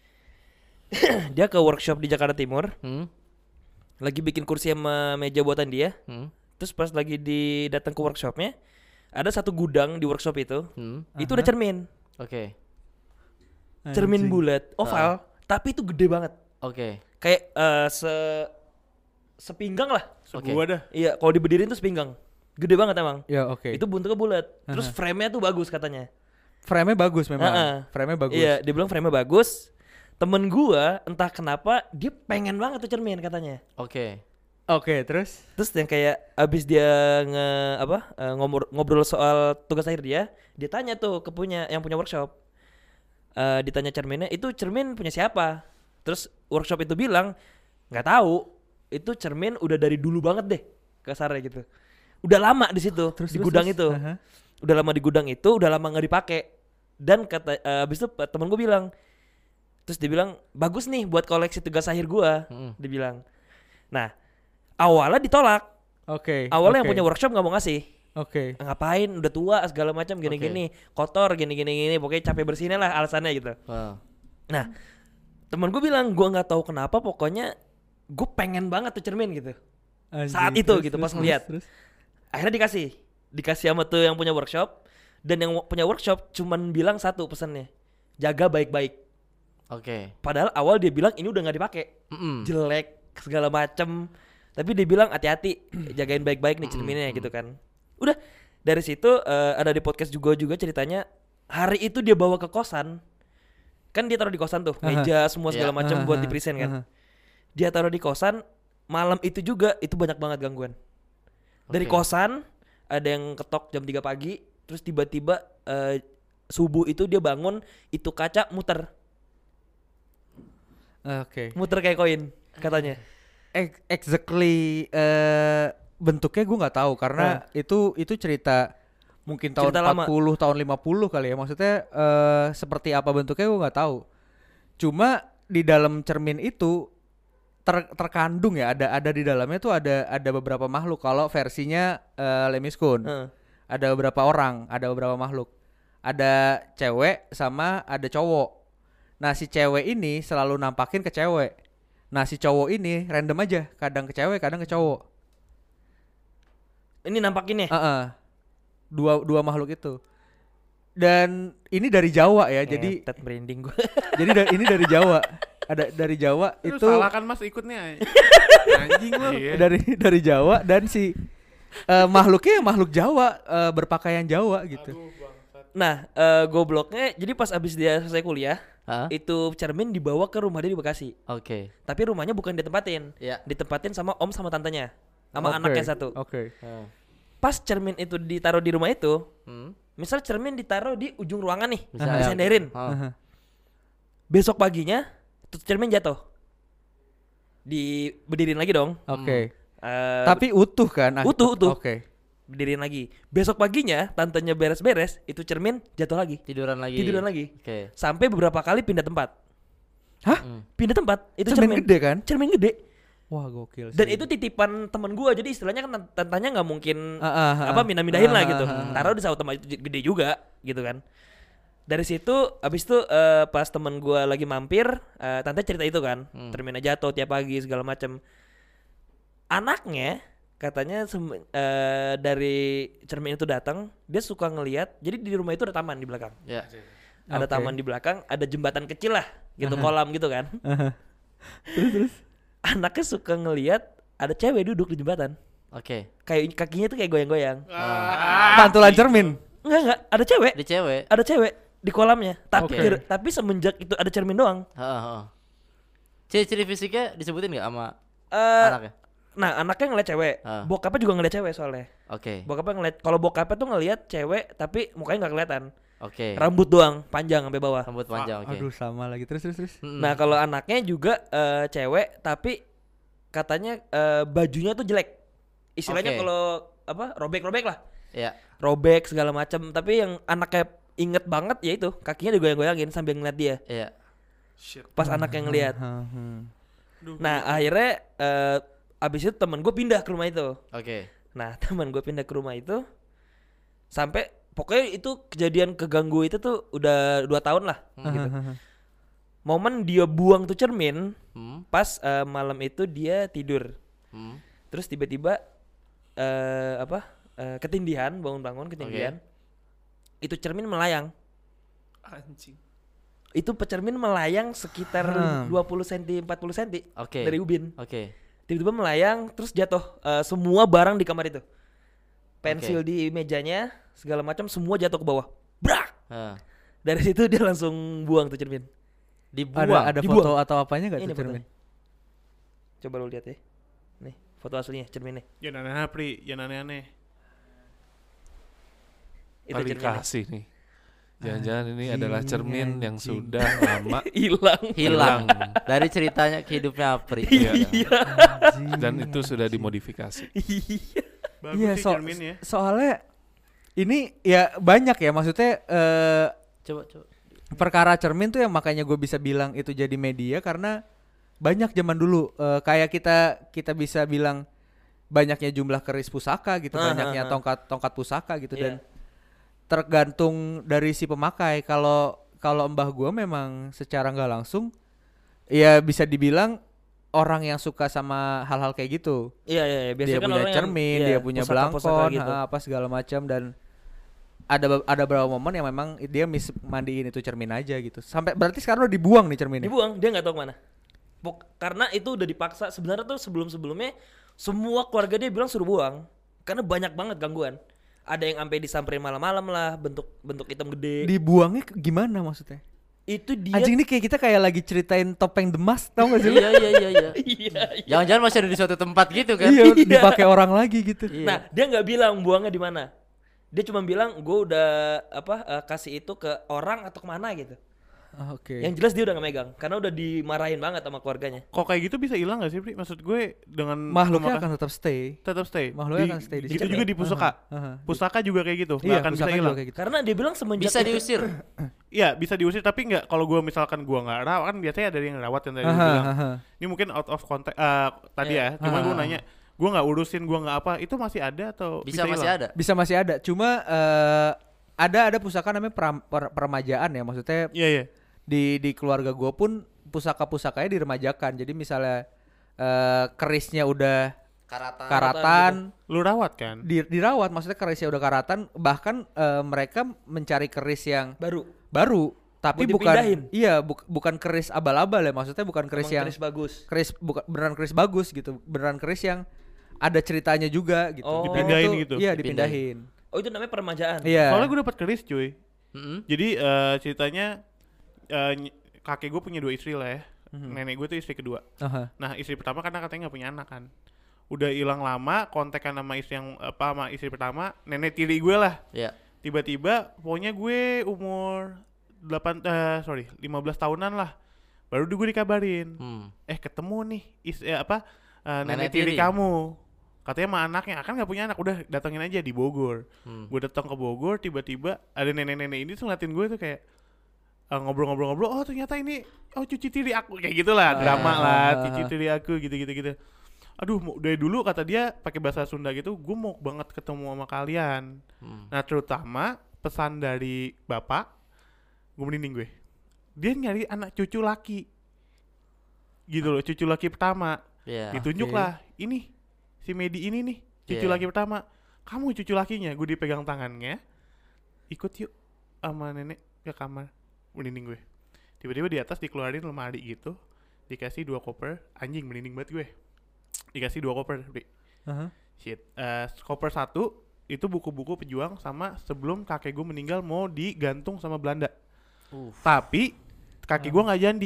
Dia ke workshop di Jakarta Timur, Hmm. lagi bikin kursi sama meja buatan dia. Hmm. Terus pas lagi datang ke workshopnya, ada satu gudang di workshop itu. Hmm. Itu udah cermin. Oke. Cermin bulat, oval, tapi itu gede banget. Oke. Kayak sepinggang lah. Gua dah. Iya, kalau dibedirin tuh sepinggang. Gede banget emang. Ya, oke. Itu bentuknya bulat. Terus frame-nya tuh bagus katanya. Frame-nya bagus memang. Heeh. Frame-nya bagus. Iya, dia bilang frame-nya bagus. Temen gua entah kenapa dia pengen banget tuh cermin katanya. Oke. Oke, terus Terus yang kayak abis dia ngobrol soal tugas akhir dia tanya tuh ke yang punya workshop. Ditanya cerminnya, itu cermin punya siapa? Terus workshop itu bilang nggak tahu. Itu cermin udah dari dulu banget deh, kasarnya gitu. Udah lama di situ, di gudang itu. Udah lama di gudang itu, udah lama nggak dipakai. Dan kata abis itu temen gue bilang, terus dia bilang bagus nih buat koleksi tugas akhir gua. Dia bilang. Nah, awalnya ditolak. Oke. Awalnya yang punya workshop nggak mau ngasih. Oke. Ngapain? Udah tua segala macam gini-gini, kotor gini-gini, pokoknya capek bersihinnya lah alasannya gitu. Wow. Nah, temen gue bilang gue nggak tahu kenapa, pokoknya gue pengen banget tuh cermin gitu. Saat itu gitu pas ngeliat. Akhirnya dikasih sama tuh yang punya workshop, dan yang punya workshop cuman bilang satu pesannya, jaga baik-baik. Oke. Padahal awal dia bilang ini udah nggak dipakai, jelek segala macem, tapi dia bilang hati-hati, jagain baik-baik nih cerminnya gitu kan. Udah dari situ ada di podcast juga ceritanya, hari itu dia bawa ke kosan, kan dia taruh di kosan tuh meja semua segala macam buat di present kan. Dia taruh di kosan, malam itu juga itu banyak banget gangguan. Dari kosan ada yang ketok jam 3 pagi, terus tiba-tiba subuh itu dia bangun, itu kaca muter. Oke. Muter kayak koin katanya. Exactly bentuknya gue nggak tahu karena itu cerita mungkin tahun Cerita 40 lama. tahun 50 kali ya, maksudnya seperti apa bentuknya gue nggak tahu. Cuma di dalam cermin itu terkandung ya, ada di dalamnya tuh ada beberapa makhluk. Kalau versinya Lemiskun ada beberapa orang, ada beberapa makhluk, ada cewek sama ada cowok. Nah si cewek ini selalu nampakin ke cewek. Nah si cowok ini random aja, kadang ke cewek, kadang ke cowok. Ini nampakinnya. Dua makhluk itu. Dan ini dari Jawa ya, jadi Ngetet merinding gue. jadi ini dari Jawa. Ada dari Jawa Lu itu salah kan Mas ikutnya. Anjing lu. dari Jawa, dan si makhluknya makhluk Jawa, berpakaian Jawa gitu. Nah, gobloknya jadi pas abis dia selesai kuliah, itu cermin dibawa ke rumah dia di Bekasi. Oke. Tapi rumahnya bukan ditempatin. Iya. Ditempatin sama om sama tantenya. Sama Oke, anaknya satu. Oke. Pas cermin itu ditaruh di rumah itu, misal cermin ditaruh di ujung ruangan nih, disenderin. Besok paginya tuh cermin jatuh. Dibedirin lagi dong. Oke. Tapi utuh kan? Utuh. Oke. Bedirin lagi. Besok paginya tantenya beres-beres, itu cermin jatuh lagi. Tiduran lagi. Oke. Sampai beberapa kali pindah tempat. Hah? Pindah tempat. Itu Cermin gede kan? Cermin gede. Wah gokil sih. Dan itu titipan temen gua, jadi istilahnya kan tantanya nggak mungkin mindah-mindahin lah gitu. Taruh di sawah tempat itu gede juga gitu kan. Dari situ abis itu pas temen gua lagi mampir, tante cerita itu kan, cerminnya jatuh tiap pagi segala macam. Anaknya katanya dari cermin itu datang, dia suka ngelihat. Jadi di rumah itu ada taman di belakang. Ya. Ada taman di belakang, ada jembatan kecil lah, gitu kolam gitu kan. Terus anaknya suka ngelihat ada cewek duduk di jembatan. Oke. Kayak kakinya tuh kayak goyang-goyang. Pantulan cermin. Enggak, ada cewek. Di cewek. Ada cewek di kolamnya. Tapi Oke. tapi semenjak itu ada cermin doang. Ciri-ciri fisiknya disebutin nggak sama Eh, anaknya? Nah, anaknya ngeliat cewek. Bokapnya juga ngeliat cewek soalnya. Oke. Bokapnya ngeliat, kalau bokapnya tuh ngeliat cewek tapi mukanya nggak kelihatan. Oke. Rambut doang, panjang sampai bawah. Rambut panjang. Oke. Aduh sama lagi, terus. Nah, kalau anaknya juga cewek tapi katanya bajunya tuh jelek. Istilahnya Oke. kalau apa? Robek-robek lah. Iya. robek segala macam. Tapi yang anaknya inget banget ya itu kakinya digoyang-goyangin sambil ngeliat dia. Iya. Pas anaknya ngeliat. Nah akhirnya abis itu temen gue pindah ke rumah itu. Oke. Nah temen gue pindah ke rumah itu sampai pokoknya itu kejadian keganggu itu tuh udah 2 tahun lah gitu. Momen dia buang tuh cermin pas malam itu dia tidur. Terus tiba-tiba ketindihan, bangun-bangun ketindihan. Itu cermin melayang. Anjing. Itu cermin melayang sekitar 20 cm 40 cm Oke. dari ubin. Oke. Tiba-tiba melayang terus jatuh semua barang di kamar itu. Pensil di mejanya, segala macam semua jatuh ke bawah. Brak. Dari situ dia langsung buang tuh cermin. Dibuang. Ada Dibuang. foto atau apanya nggak Ini tuh cermin? fotonya. Coba lu lihat ya. Nih, foto aslinya cerminnya. Jangan aneh-aneh, Pri. Jangan aneh-aneh. Itu Kali cerminnya. kasih nih. Jangan-jangan ini adalah cermin yang sudah lama Hilang. Dari ceritanya ke hidupnya Apri. Iya. dan itu sudah dimodifikasi. Iya. Bagus Iya, sih cerminnya. soalnya ini ya banyak ya maksudnya Coba. perkara cermin tuh yang makanya gue bisa bilang itu jadi media karena banyak zaman dulu kayak kita bisa bilang banyaknya jumlah keris pusaka gitu, banyaknya tongkat pusaka gitu dan tergantung dari si pemakai. Kalau mbah gue memang secara nggak langsung ya bisa dibilang orang yang suka sama hal-hal kayak gitu. Iya. Biasanya Dia kan punya orang cermin, yang, dia punya pusaka-pusaka belangkon, gitu. apa segala macam dan ada beberapa momen yang memang dia mandiin itu cermin aja gitu. Sampai berarti sekarang udah dibuang nih cerminnya. Dibuang, dia nggak tahu kemana. Karena itu udah dipaksa. Sebenarnya tuh sebelumnya semua keluarga dia bilang suruh buang karena banyak banget gangguan. Ada yang sampai disamperin malam-malam lah, bentuk hitam gede. Dibuangnya gimana maksudnya? Itu dia. Anjing ini kayak kita kayak lagi ceritain Topeng Demas, tau gak sih? lu? Iya. Iya. Jangan-jangan masih ada di suatu tempat gitu kan? Iya, dipakai orang lagi gitu. Iya. Nah, dia nggak bilang buangnya di mana. Dia cuma bilang gue udah kasih itu ke orang atau kemana gitu. Oke. Yang jelas dia udah nggak megang karena udah dimarahin banget sama keluarganya. Kok kayak gitu bisa hilang gak sih, Pri? Maksud gue dengan Makhluknya akan tetap stay. tetap stay. Makhluknya akan stay di Gitu situ. juga di pusaka. Pusaka juga kayak gitu. Nggak Iya, akan bisa pusaka juga hilang. kayak gitu. Karena dia bilang semenjak Bisa itu- diusir. Iya, bisa diusir tapi nggak kalau gue misalkan gue nggak rawat kan biasanya ada yang rawat yang tadi lu bilang. Ini mungkin out of context tadi ya. Cuma gue nanya, gue nggak urusin, gue nggak apa, itu masih ada atau Bisa masih hilang? ada. Bisa masih ada. Cuma ada pusaka namanya peremajaan ya, maksudnya Iya. di keluarga gue pun pusaka-pusakanya diremajakan. Jadi misalnya kerisnya udah karatan Lu rawat kan? dirawat, maksudnya kerisnya udah karatan, bahkan mereka mencari keris yang baru tapi Mau bukan dipindahin. bukan keris abal-abal ya, maksudnya bukan keris Emang yang keris bagus. bukan beneran keris bagus gitu, beneran keris yang ada ceritanya juga gitu. Oh. Dipindahin Itu- gitu? Iya, dipindahin. Oh itu namanya peremajaan. Iya. Soalnya gue dapat keris cuy. Mm-mm. Jadi ceritanya kakek gue punya 2 istri lah ya. Nenek gue tuh istri kedua. Aha. Nah istri pertama karena katanya nggak punya anak kan. Udah hilang lama, kontekan sama istri yang sama istri pertama, nenek tiri gue lah. Iya. Tiba-tiba pokoknya gue umur 15 tahunan lah. Baru gue dikabarin. Ketemu nih nenek tiri tiri. kamu. Katanya sama anaknya kan nggak punya anak, udah datengin aja di Bogor. Gue datang ke Bogor, tiba-tiba ada nenek-nenek ini tuh ngeliatin gue tuh kayak ngobrol-ngobrol. Oh ternyata ini cuci tiri aku kayak gitulah, drama lah, cuci tiri aku gitu. Aduh, dari dulu kata dia pakai bahasa Sunda gitu, gue mau banget ketemu sama kalian. Nah terutama pesan dari bapak, gue merinding gue. Dia nyari anak cucu laki, gitu loh, cucu laki pertama. Iya. Ditunjuk lah, ini si Medi ini nih, cucu laki pertama. Kamu cucu lakinya, gue dipegang tangannya. Ikut yuk sama nenek ke kamar. Merinding gue. Tiba-tiba di atas dikeluarin lemari gitu, dikasih 2 koper. Anjing, merinding banget gue. Dikasih 2 koper. Shit. Koper 1 itu buku-buku pejuang sama sebelum kakek gue meninggal mau digantung sama Belanda. Tapi kaki gue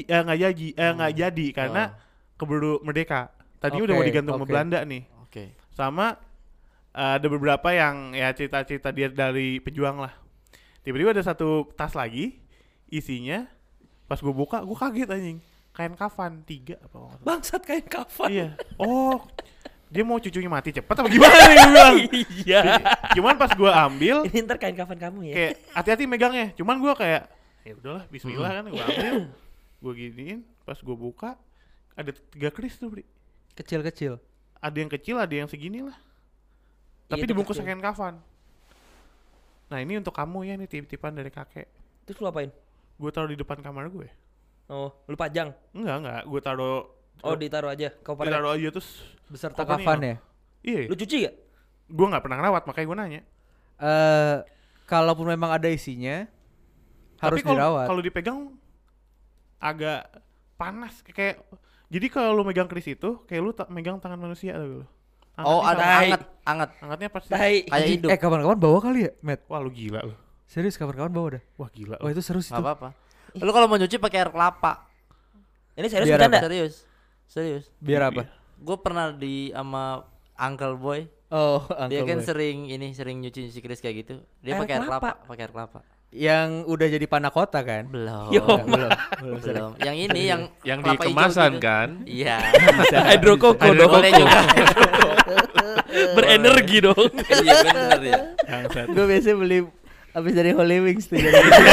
nggak jadi karena keburu merdeka. Tadinya udah mau digantung sama Belanda nih. Oke. Sama ada beberapa yang ya cerita-cerita dia dari pejuang lah. Tiba-tiba ada satu tas lagi, isinya pas gue buka, gue kaget anjing. Kain kafan 3 apa? Bangsat kain kafan. Iya. Oh, dia mau cucunya mati cepet apa gimana nih gue bilang. Iya. Cuman pas gue ambil Ini ntar kain kafan kamu ya. kayak hati-hati megangnya. Cuman gue kayak ya udahlah bismillah kan gue ambil. Gue giniin pas gue buka ada 3 keris tuh, Bri. Kecil-kecil. Ada yang kecil, ada yang segini lah. Tapi Iya, itu dibungkus kecil. kain kafan. Nah ini untuk kamu ya nih tip-tipan dari kakek. Terus lu apain? Gue taruh di depan kamar gue. Oh, lu pajang. Enggak. Gue taruh. Oh, ditaruh aja. Kau pada. Ditaruh aja terus. Beserta Apa nih, kafan Om? ya. Iya. Lu cuci gak? Gue nggak pernah ngerawat makanya gue nanya. Kalaupun memang ada isinya harus Tapi dirawat. kalau dipegang agak panas kayak. Jadi kalau lu megang keris itu kayak lu megang tangan manusia tuh lu. Oh, Angetnya ada sama- anget. Angetnya pasti. Tai. Kayak hidup. Kawan-kawan bawa kali ya, Matt? Wah lu gila lu. Serius kawan-kawan bawa dah. Wah gila. Wah Lu. itu seru sih Enggak tuh. apa-apa. Lu kalau mau nyuci pakai air kelapa. Ini serius Biar bercanda? Serius. Biar apa? Gue pernah sama Uncle Boy. Oh, Dia Uncle kan Boy. sering nyuci keris kayak gitu. Dia Air pakai air kelapa, kelapa. pakai air kelapa. Yang udah jadi panakota kan? Belum. Yo, belum. Belum. Yang ini yang Yang di kelapa hijau kemasan gitu. kan. Iya. Hydrokoko dong. Boleh juga. Berenergi dong. Iya benar ya. Gue biasanya beli habis dari Holy Wings tuh.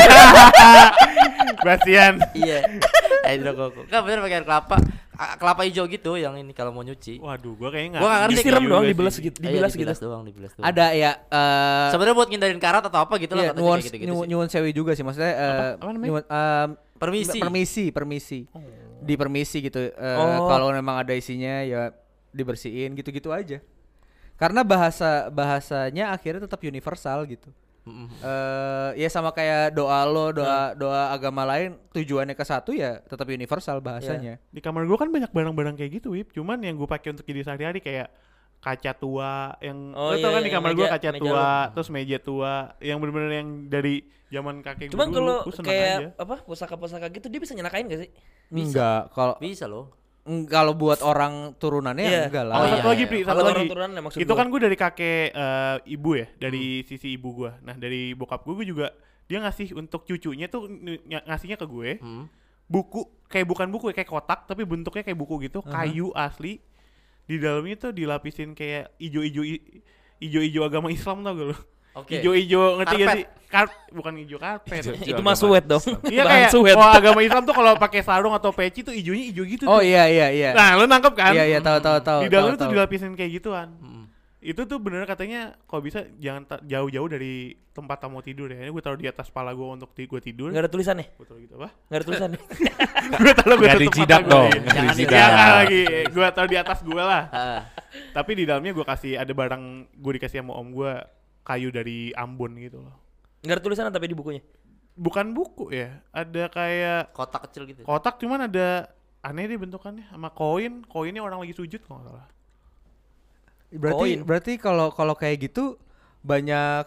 Basian. Iya. Hidrokoko. Enggak bener pakai air kelapa. Kelapa hijau gitu yang ini kalau mau nyuci. Waduh gua kayaknya Gua nggak ngerti. Disiram doang, juga dibelas sih. gitu, Iya, dibilas gitu. dibilas doang. Ada ya Sebenarnya buat ngindarin karat atau apa gitu lah iya, katanya nuan kayak gitu-gitu sih. nyuwun sewi juga sih maksudnya Apa namanya? permisi di permisi gitu Oh. kalau memang ada isinya ya dibersihin gitu-gitu aja karena bahasanya akhirnya tetap universal gitu. Mm-mm. Ya sama kayak doa agama lain tujuannya ke satu ya tetap universal bahasanya. Di kamar gua kan banyak barang-barang kayak gitu, Wip. Cuman yang gua pakai untuk jadi sehari-hari kayak kaca tua yang Oh, lu tau iya, kan di yang kamar gua meja- kaca meja tua, lu. terus meja tua yang bener-bener yang dari zaman kakek gua Cuman dulu. kalau Gua seneng kayak aja. apa pusaka-pusaka gitu dia bisa nyelakain gak sih? Enggak, kalau Bisa loh. kalau buat orang turunannya Iya. enggak lah. Oh, Oh, satu iya, lagi, iya. Pri, Kalau satu orang lagi. turunan ya maksud Itu gua. kan gue dari kakek ibu ya, dari sisi ibu gue. Nah dari bokap gue juga dia ngasih untuk cucunya tuh ngasihnya ke gue buku kayak bukan buku ya, kayak kotak tapi bentuknya kayak buku gitu, kayu asli. Di dalamnya tuh dilapisin kayak ijo-ijo agama Islam tau gak lu? Oke. Ijo-ijo ngerti gak Karpet. sih? Bukan ijo karpet. Itu mah suet dong. Iya Bahan kayak suet. oh agama Islam tuh kalau pakai sarung atau peci tuh ijonya ijo gitu Oh tuh. iya. Nah, lu nangkep kan? Iya tahu. Di dalamnya tuh tahu. dilapisin kayak gituan. Mm. Itu tuh bener katanya kalau bisa jangan jauh-jauh dari tempat tamu tidur ya. Ini gue taruh di atas kepala gue untuk gue tidur. Enggak ada tulisannya. Gue taruh gitu apa? Enggak ada tulisannya. Gue taruh gue Nggak tutup dijidak mata dong, gue. nggak Jangan dijidak. Jangan lagi. Gue taruh di atas gue lah. Ah. Tapi di dalamnya gue kasih ada barang gue dikasih sama om gue kayu dari Ambon gitu loh. Enggak ada tulisan tapi di bukunya. Bukan buku ya. Ada kayak Kotak kecil gitu. kotak cuman ada aneh deh bentukannya sama koin. Koinnya orang lagi sujud kalau nggak salah. Koin. Berarti kalau kayak gitu banyak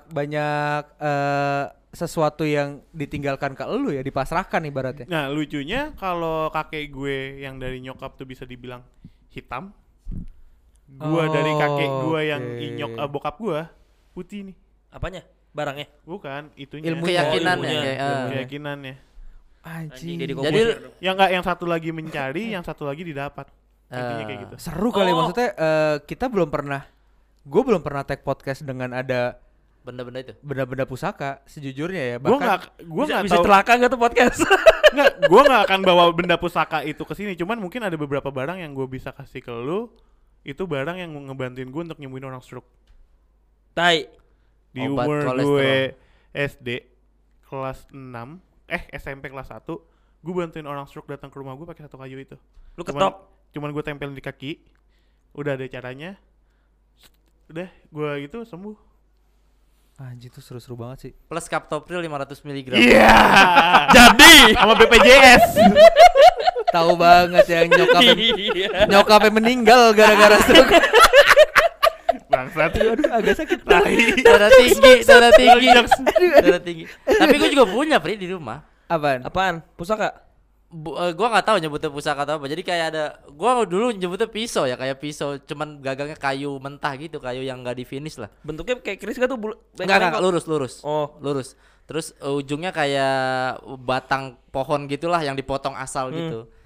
sesuatu yang ditinggalkan ke lu ya dipasrahkan ibaratnya. Nah lucunya kalau kakek gue yang dari nyokap tuh bisa dibilang hitam. Gua dari kakek gua yang Oke. inyok bokap gua putih nih. Apanya? Barangnya. Bukan itunya. Ilmu Keyakinannya ilmunya. kayak, ah. Keyakinannya. Anjing, Anjing. jadi Jadi Yang enggak yang satu lagi mencari, yang satu lagi didapat. Intinya kayak gitu. Seru kali Oh. maksudnya kita belum pernah gue belum pernah tag podcast dengan ada benda-benda itu. benda-benda pusaka sejujurnya ya Gua Bisa enggak tahu. celaka enggak tuh podcast? Enggak, gua enggak akan bawa benda pusaka itu ke sini. Cuman mungkin ada beberapa barang yang gua bisa kasih ke lu. Itu barang yang ngebantuin gua untuk nyembuhin orang stroke. Tai. Di Obat umur kolesterol. gue SD kelas 6 SMP kelas 1 gue bantuin orang stroke datang ke rumah gue pakai satu kayu itu. Lu ketok. Cuman gue tempelin di kaki. Udah ada caranya. Udah gue gitu sembuh. anjing tuh seru-seru banget sih. Plus Captopril 500 mg. Iya. Jadi Sama BPJS. Tahu banget yang Iya. nyokapnya meninggal gara-gara stroke. Bangsat. Aduh agak sakit. Darah tinggi, darah tinggi. Darah tinggi. Tapi gue juga punya Pri di rumah. Apaan? Apaan? Pusaka? Gua nggak tahu nyebutnya pusaka atau apa. Jadi kayak ada, gua dulu nyebutnya pisau ya, kayak pisau, cuman gagangnya kayu mentah gitu, kayu yang nggak di finish lah. Bentuknya kayak keris gak tuh? Enggak, lurus. Oh. Lurus. Terus ujungnya kayak batang pohon gitulah yang dipotong asal gitu.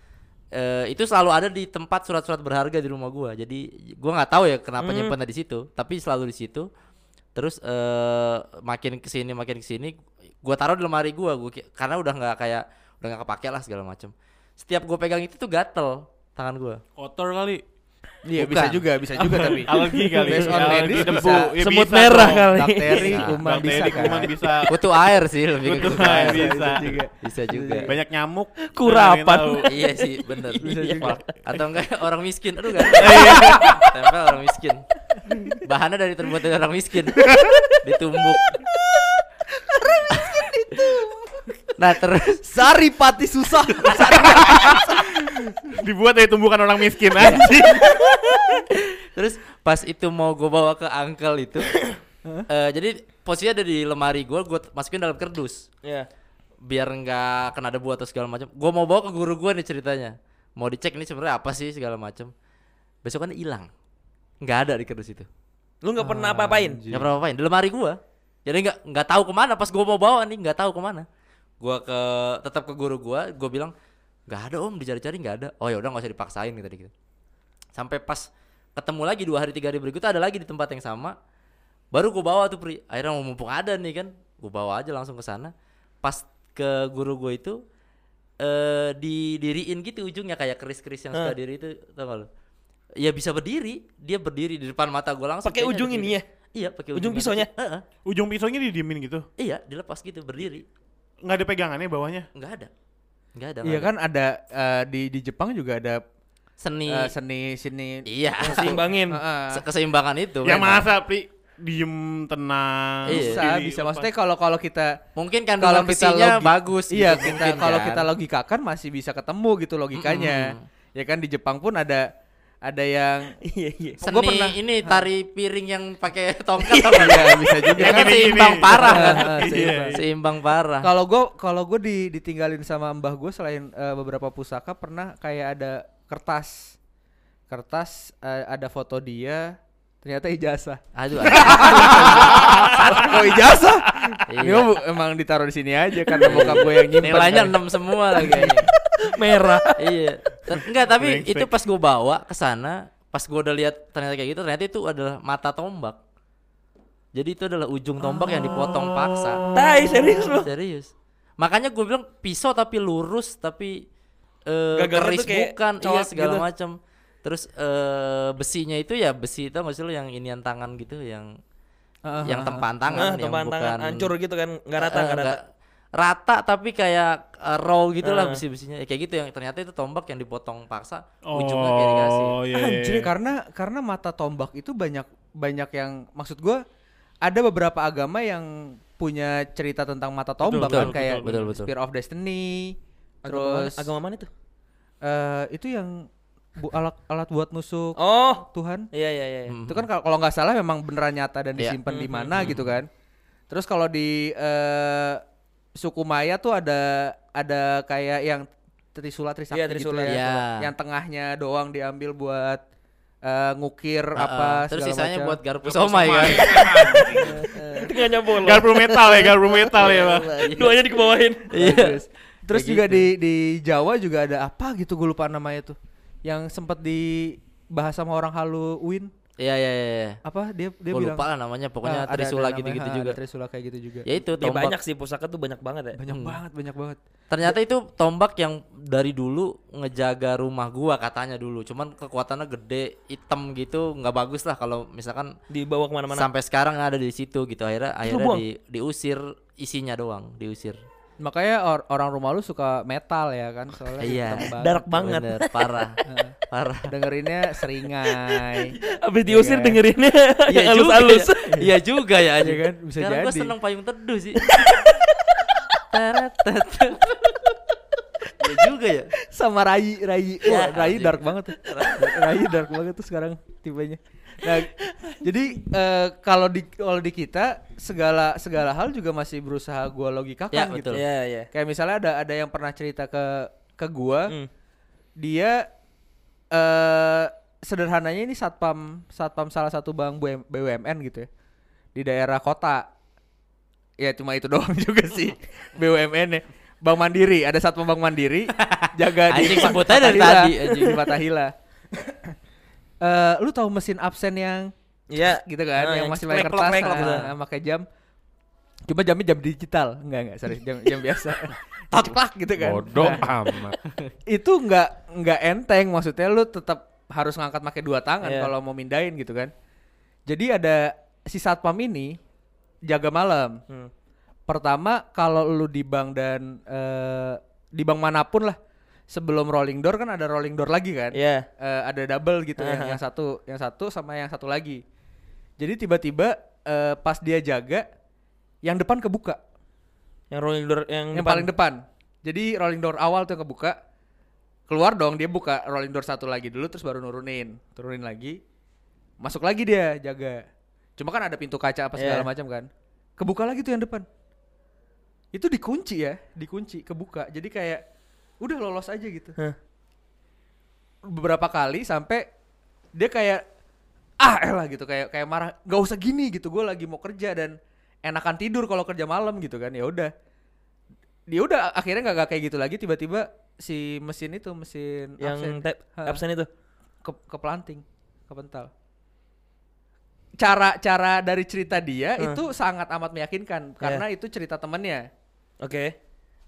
itu selalu ada di tempat surat-surat berharga di rumah gua. Jadi gua nggak tahu ya kenapa nyimpennya di situ, tapi selalu di situ. Terus makin kesini gua taruh di lemari gua, karena udah nggak kepake lah segala macam. Setiap gua pegang itu tuh gatel tangan gua. Kotor kali. Iya Bukan. bisa juga tapi Alergi kali. Based on Alergi medis debu. bisa. Ya Semut bisa merah dong. kali. bakteri, Nah, kuman bisa Bakteri, kan. kuman bisa. Butuh air sih lebih ke Butuh butuh air, air. bisa. Bisa juga. Banyak nyamuk. Kurapan. Nggak ada yang tahu. Iya sih, bener. Bisa juga. Wah, atau enggak orang miskin, aduh gak tempel orang miskin. Bahannya terbuat dari orang miskin. Ditumbuk. Nah terus Saripati susah. Dibuat dari tumbukan orang miskin anjing. terus pas itu mau gue bawa ke uncle itu, jadi posisinya ada di lemari gue masukin dalam kardus. Iya. Biar nggak kena debu atau segala macam. Gue mau bawa ke guru gue nih ceritanya. Mau dicek ini sebenarnya apa sih segala macam. Besokan hilang. Nggak ada di kardus itu. Lu nggak pernah apa-apain? Nggak pernah apain di lemari gua. Jadi nggak tahu kemana pas gua mau bawa nih, nggak tahu kemana. Gua tetap ke guru gua bilang nggak ada om, dicari-cari nggak ada. Oh ya udah nggak usah dipaksain gitu. Sampai pas ketemu lagi 2 hari 3 hari berikutnya ada lagi di tempat yang sama. Baru gua bawa tuh akhirnya mumpung ada nih kan, gua bawa aja langsung ke sana. Pas ke guru gua itu didiriin gitu ujungnya kayak keris-keris yang suka diri itu, tau gak lu? Ya bisa berdiri, dia berdiri di depan mata gua langsung. Pakai ujung ini ya? Iya, pakai Ujung pisaunya? Ujung pisaunya didiemin gitu. Iya, dilepas gitu berdiri. Nggak ada pegangannya bawahnya. Nggak ada. Iya kan ada di Jepang juga ada Seni. seni. Iya. Seimbangin. Keseimbangan itu. Ya memang. masa diem tenang. Iya. Bisa maksudnya kalau kita Mungkin kan kalau besinya bagus. Iya, gitu, kita mungkin kalau kan. kita logikakan masih bisa ketemu gitu logikanya. Ya kan di Jepang pun ada yang Iya. Seni Gua pernah- ini tari piring yang pakai tongkat apa Iya, bisa juga Ya kan Gini-gini. seimbang parah kan. Seimbang. Seimbang parah. Kalau gue ditinggalin sama mbah gue selain beberapa pusaka pernah kayak ada kertas ada foto dia ternyata ijazah. Aduh. Oh ijazah? Iya. Ini mah emang ditaruh di sini aja karena bokap gue yang nyimpen. Nilainya kan. 6 semua lagi kayaknya. Merah. Iya. Enggak, tapi Brengsek. itu pas gue bawa ke sana, pas gue udah lihat ternyata kayak gitu, ternyata itu adalah mata tombak. Jadi itu adalah ujung tombak yang dipotong paksa. Tai, serius lu? Serius. Makanya gue bilang pisau tapi lurus, tapi Gagangnya keris tuh kayak bukan, iya colok segala gitu. macam. Terus besinya itu ya besi itu nggak sih lo yang inian tangan gitu, yang tempaan tangan, yang Teman bukan tangan hancur gitu kan, nggak rata, nggak rata. nggak rata tapi kayak roll gitulah besi-besinya. Ya, kayak gitu yang ternyata itu tombak yang dipotong paksa, ujungnya kayak dikasih. Oh iya. Anjir, karena mata tombak itu banyak yang maksud gue ada beberapa agama yang punya cerita tentang mata tombak Betul, kan kayak betul. Spear of Destiny. Terus Agama mana itu? itu yang alat buat nusuk Oh, Tuhan. iya. Itu kan kalau nggak salah memang beneran nyata dan Iya. disimpan di mana gitu kan. Terus kalau di suku Maya tuh ada kayak yang trisula Iya, gitu trisula, ya. iya. Yang tengahnya doang diambil buat ngukir apa terus segala sisanya macam. buat garpu somai kan. Tengahnya bolong. Garpu metal ya, Pak. Duanya dikebawahin. Iya. Terus Kayak juga gitu. di Jawa juga ada apa gitu gue lupa namanya tuh. Yang sempat dibahas sama orang Halloween. Iya. Apa dia Gue bilang lupa lah namanya, pokoknya ada trisula namanya, gitu-gitu ada juga. Trisula kayak gitu juga. Ya itu Ya, tombak. banyak sih pusaka tuh banyak banget ya. Banyak banget. Ternyata itu tombak yang dari dulu ngejaga rumah gua katanya dulu. Cuman kekuatannya gede, hitam gitu, nggak bagus lah kalau misalkan Dibawa kemana-mana. sampai sekarang ada di situ gitu. Akhirnya buang? diusir isinya doang, diusir. Makanya orang rumah lu suka metal ya kan soalnya Iya. hitam Dark banget. Bener, parah. Parah. Dengerinnya seringai. Abis diusir Iya. dengerinnya Iya yang juga halus-halus. ya. Iya juga ya anjing. Iya kan, bisa Sekarang gua jadi. seneng payung teduh sih. Taratat. Iya juga ya. Sama Rai. Wah, Ya, Rai anjing. dark banget tuh. Rai dark banget tuh sekarang tipenya. Nah, jadi kalau di kita segala hal juga masih berusaha gua logikakan Ya, gitu. betul. Iya. Kayak misalnya ada yang pernah cerita ke gua, Hmm. dia sederhananya ini satpam salah satu bank BUMN gitu ya di daerah kota. Ya cuma itu doang juga sih BUMN-nya. Bank Mandiri, ada satpam Bank Mandiri jaga di Anjing sebutnya dari Fathahila. tadi, anjing. Di Fathahila. Lu tahu mesin absen yang Iya. gitu kan, yang masih pakai klek, kertas, klek, klek, gitu. pakai jam. Cuma jamnya jam digital, enggak, sorry, jam biasa. Ceklak gitu kan. Bodoh Nah, amat. itu enggak enteng, maksudnya lu tetap harus ngangkat pakai dua tangan Iya. kalau mau mindahin gitu kan. Jadi ada si satpam ini jaga malam. Pertama kalau lu di bank dan di bank manapun lah, sebelum rolling door kan ada rolling door lagi kan. Iya. Ada double gitu yang satu sama yang satu lagi. Jadi tiba-tiba pas dia jaga yang depan kebuka. Yang rolling door yang Paling depan. Jadi rolling door awal tuh yang kebuka. Keluar dong, dia buka rolling door satu lagi dulu terus baru turunin lagi. Masuk lagi dia jaga. Cuma kan ada pintu kaca apa segala macam kan. Kebuka lagi tuh yang depan. Itu dikunci, kebuka. Jadi kayak udah lolos aja gitu. Beberapa kali sampai dia kayak elah gitu, kayak marah, nggak usah gini gitu, gue lagi mau kerja dan enakan tidur kalau kerja malam gitu kan. Ya udah, dia udah akhirnya nggak kayak gitu lagi. Tiba-tiba si mesin yang absen itu ke planting, kepental. Cara dari cerita dia itu sangat amat meyakinkan karena itu cerita temannya. Oke.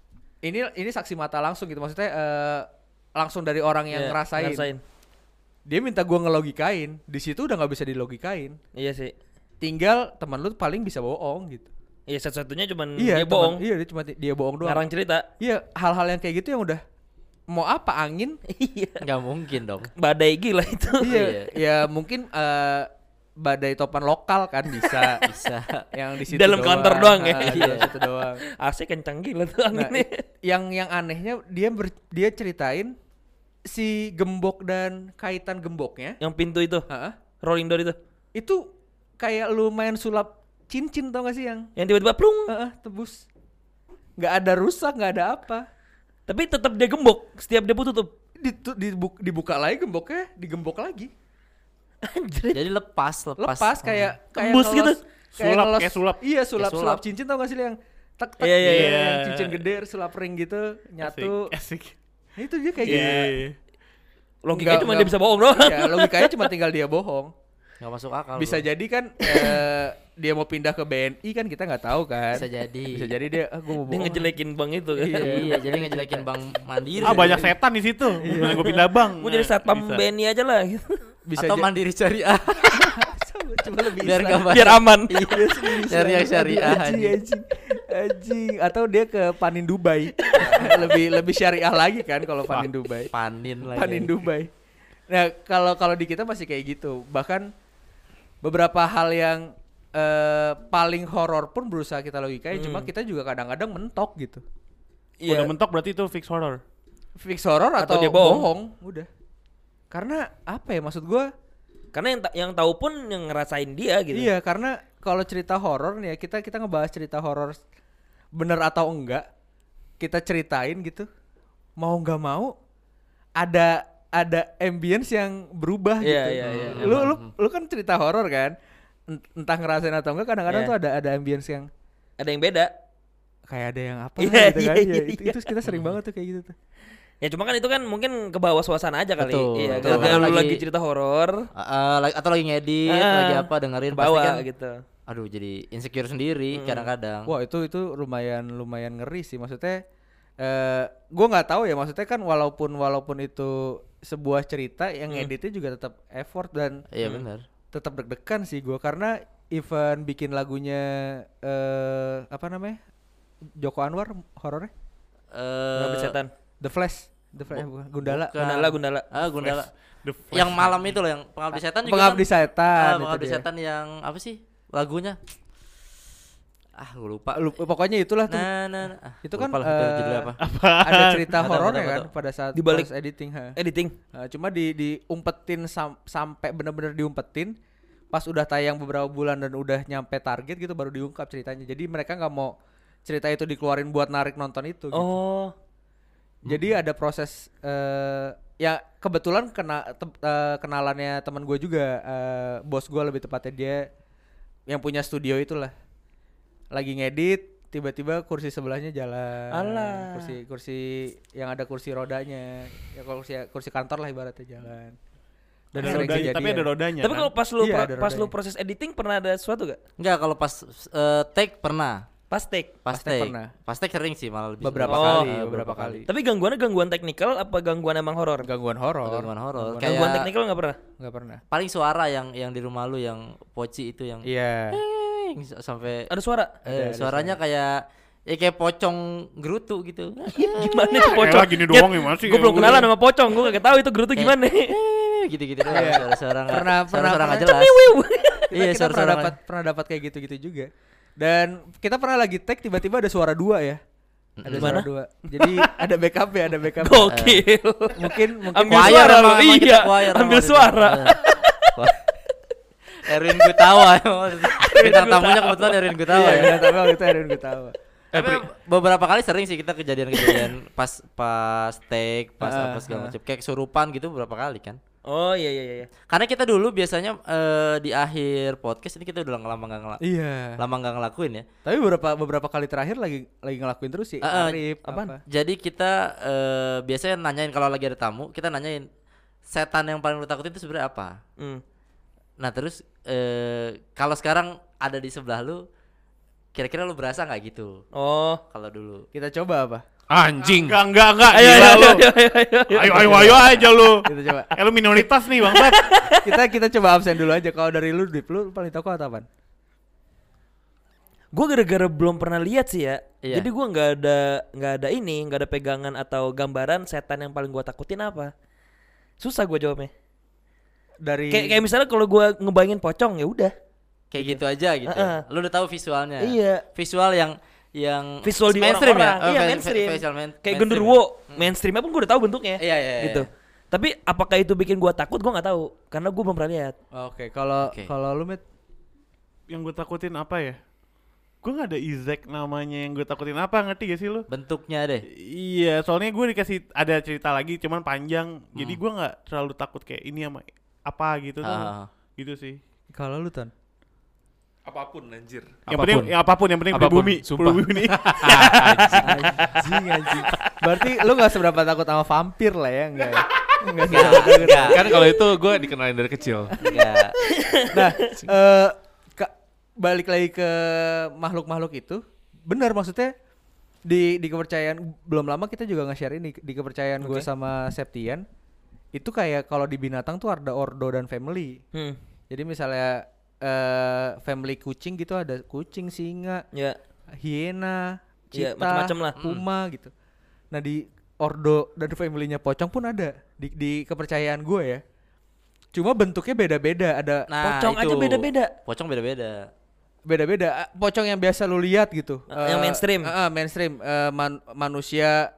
Ini saksi mata langsung gitu, maksudnya langsung dari orang yang ngerasain. Dia minta gua ngelogikain, di situ udah nggak bisa dilogikain. Iya sih. Tinggal teman lu paling bisa bohong gitu. Iya, satu-satunya cuman dia bohong. Iya, dia bohong doang. Ngarang cerita. Iya, hal-hal yang kayak gitu yang udah mau apa angin? Iya. Nggak mungkin dong. Badai gila itu. Iya, ya mungkin badai topan lokal kan bisa. Bisa. Yang di situ Dalam kantor doang ya? Iya, situ doang. AC kencang gila tuh Nah, anginnya. yang anehnya dia ceritain si gembok dan kaitan gemboknya. Yang pintu itu, Heeh. rolling door itu. Itu kayak lu main sulap cincin, tau gak sih yang Yang tiba-tiba plung. tebus. Nggak ada rusak, nggak ada apa. Tapi tetap dia gembok setiap dia tutup. Dibuka lagi gemboknya, digembok lagi. Anjir. Jadi lepas. Kayak Tembus ngelos- gitu. Kayak sulap. Iya, sulap Kayak sulap. cincin, tau gak sih yang tek Iya, iya, iya. yang cincin gede, sulap ring gitu, nyatu. Asik. Nah, itu dia kayak Iya. gitu. Logikanya cuma Nggak- dia bisa bohong doang. Ya, logikanya cuma tinggal dia bohong. Nggak masuk akal. Bisa bro. jadi kan dia mau pindah ke BNI kan kita nggak tahu kan. Bisa jadi. Bisa jadi dia gue mau Dia bohong. ngejelekin bang itu kan. Iya, jadi ngejelekin Bank Mandiri. Banyak setan di situ. Gue pindah bank. Gue jadi satpam Bisa. BNI aja lah gitu. Bisa Atau Mandiri Syariah. Coba lebih Biar Islam. nggak banyak. Biar aman. Syariah syariah anjing. Atau dia ke Panin Dubai. lebih syariah lagi kan kalau Panin Dubai. Panin lagi. Panin Dubai. Nah, kalau di kita masih kayak gitu. Bahkan beberapa hal yang paling horor pun berusaha kita logikain, cuma kita juga kadang-kadang mentok gitu. Udah mentok berarti itu fix horror. Fix horor atau dia bohong. udah. Karena apa ya, maksud gua? Karena yang tahu pun yang ngerasain dia gitu. Iya, karena kalau cerita horor nih ya, kita ngebahas cerita horor bener atau enggak, kita ceritain gitu. Mau nggak mau ada ambience yang berubah Iya, gitu. iya, iya. Lu kan cerita horor kan? Entah ngerasain atau enggak, kadang-kadang Iya. tuh ada ambience yang Ada yang beda. kayak ada yang apa Iya, gitu kan. iya, Iya, iya. itu kita sering banget tuh kayak gitu tuh. Ya cuma kan itu kan mungkin ke bawah suasana aja kali. Betul, Iya, betul. gara-gara lu Lagi- lagi cerita horor, Atau lagi ngedit, Ah, lagi apa dengerin ke pasti bawah kan. gitu. Aduh, jadi insecure sendiri kadang-kadang. Wah, itu lumayan ngeri sih, maksudnya gua nggak tahu ya, maksudnya kan walaupun itu sebuah cerita yang editnya juga tetap effort dan Iya benar. tetap deg-degan sih gua, karena even bikin lagunya apa namanya, Joko Anwar horornya Pengabdi setan. The Flash bukan Gundala. Bukan. Gundala. Gundala. The Flash. Yang malam itu loh, yang Pengabdi Setan juga Pengabdi kan. Setan itu Pengabdi dia. Setan yang apa sih lagunya? Gue lupa. Pokoknya itulah tuh. Itu kan judulnya apa? ada cerita Ada, horornya ada, kan ada. pada saat Di balik- proses editing. Editing. Cuma diumpetin sampai bener-bener diumpetin pas udah tayang beberapa bulan dan udah nyampe target gitu baru diungkap ceritanya. Jadi mereka nggak mau cerita itu dikeluarin buat narik nonton itu gitu. Oh. Jadi ada proses ya kebetulan kenalannya teman gue juga, bos gue lebih tepatnya, dia yang punya studio itulah. Lagi ngedit tiba-tiba kursi sebelahnya jalan. Alah. Kursi yang ada kursi rodanya. Ya kalau kursi kantor lah ibaratnya jalan. Dan Ada sering rodanya, tapi kejadian. ada rodanya. Tapi kan? kalau pas lu Iya, ada pas lu rodanya. proses editing pernah ada sesuatu gak? Enggak, kalau pas take pernah. Pas take. Pas take take. pernah. Pas take sering sih malah lebih Beberapa Oh. kali. Tapi gangguannya gangguan teknikal apa gangguan emang horor? Gangguan horor. Gangguan horor. Gangguan Kayak teknikal enggak pernah. Enggak pernah. paling suara yang di rumah lu yang poci itu yang Iya. sampai Ada suara. suaranya kayak pocong gerutu gitu. Gimana tuh pocong? Elah, gini doang ya, masih Gue belum ya, kenalan sama pocong, gue gak tahu itu gerutu gimana. Gitu-gitu suara-suara Pernah nggak jelas. Iya, Kita suara-suara pernah dapat kayak gitu-gitu juga. Dan kita pernah lagi tag tiba-tiba ada suara 2 ya. Ada Gimana? suara 2. Jadi ada backup ya, ada backup. Gokil. Mungkin Ambil Choir suara emang, lo, emang kita iya. choir Ambil emang suara. Erwin Gutawa. Bintang tamunya kebetulan Erwin Gutawa Iya, ya. kita tahu itu Erwin Gutawa. Tapi beberapa kali sering sih kita kejadian-kejadian pas take, pas apa segala macam. Kayak kesurupan gitu beberapa kali kan. Oh iya. Karena kita dulu biasanya di akhir podcast ini kita udah Iya. lama nggak ngelakuin ya. Tapi beberapa kali terakhir lagi ngelakuin terus sih. Arif, apaan? Jadi kita biasanya nanyain kalau lagi ada tamu, kita nanyain setan yang paling lu takutin itu sebenarnya apa. Nah terus kalau sekarang ada di sebelah lu, kira-kira lu berasa nggak gitu? Oh. Kalau dulu. Kita coba apa? Anjing. Enggak. Ayo Gila lu. ayo. Ayo aja lu. Kita coba. Lu minoritas nih bangsat. kita coba absen dulu aja. Kalau dari lu Dip, lu paling takut apaan? Gue gara-gara belum pernah lihat sih ya. Iya. Jadi gue nggak ada pegangan atau gambaran setan yang paling gue takutin apa. Susah gue jawabnya. Dari Kayak misalnya kalau gue ngebayangin pocong ya udah. Kayak gitu aja gitu. Lu udah tahu visualnya. Iya. Visual yang visual di mainstream orang-orang. ya. Iya, mainstream. Kayak Kayak genderuwo, mainstreamnya pun gue udah tahu bentuknya. Iya. Gitu. Tapi apakah itu bikin gue takut? Gue nggak tahu karena gue belum pernah lihat. Oke, kalau lu Mit, Yang gue takutin apa ya? Gue gak ada Izek namanya yang gue takutin apa, ngerti gak sih lu? Bentuknya deh. Iya, soalnya gue dikasih ada cerita lagi cuman panjang. Jadi gue gak terlalu takut kayak ini sama apa gitu tuh. Gitu sih. kalau lu Ton? Apapun anjir. Apapun yang penting Apapun, pribumi. sumpah. Pribumi. Anjing. Berarti lu gak seberapa takut sama vampir lah ya, enggak ya? Enggak. Kan kalau itu gue dikenalin dari kecil. Enggak. Nah, balik lagi ke makhluk-makhluk itu, benar maksudnya di kepercayaan belum lama kita juga nge-share ini di kepercayaan gue sama Septian itu kayak kalau di binatang tuh ada ordo dan family. Jadi misalnya family kucing gitu ada kucing, singa, Ya. hiena, Iya, cita, macam-macam lah. puma gitu. Nah di ordo dan familynya pocong pun ada di kepercayaan gue ya. Cuma bentuknya beda-beda. Ada Pocong aja beda-beda. Pocong beda-beda. beda-beda. Pocong yang biasa lu lihat gitu. Yang mainstream. Mainstream. Manusia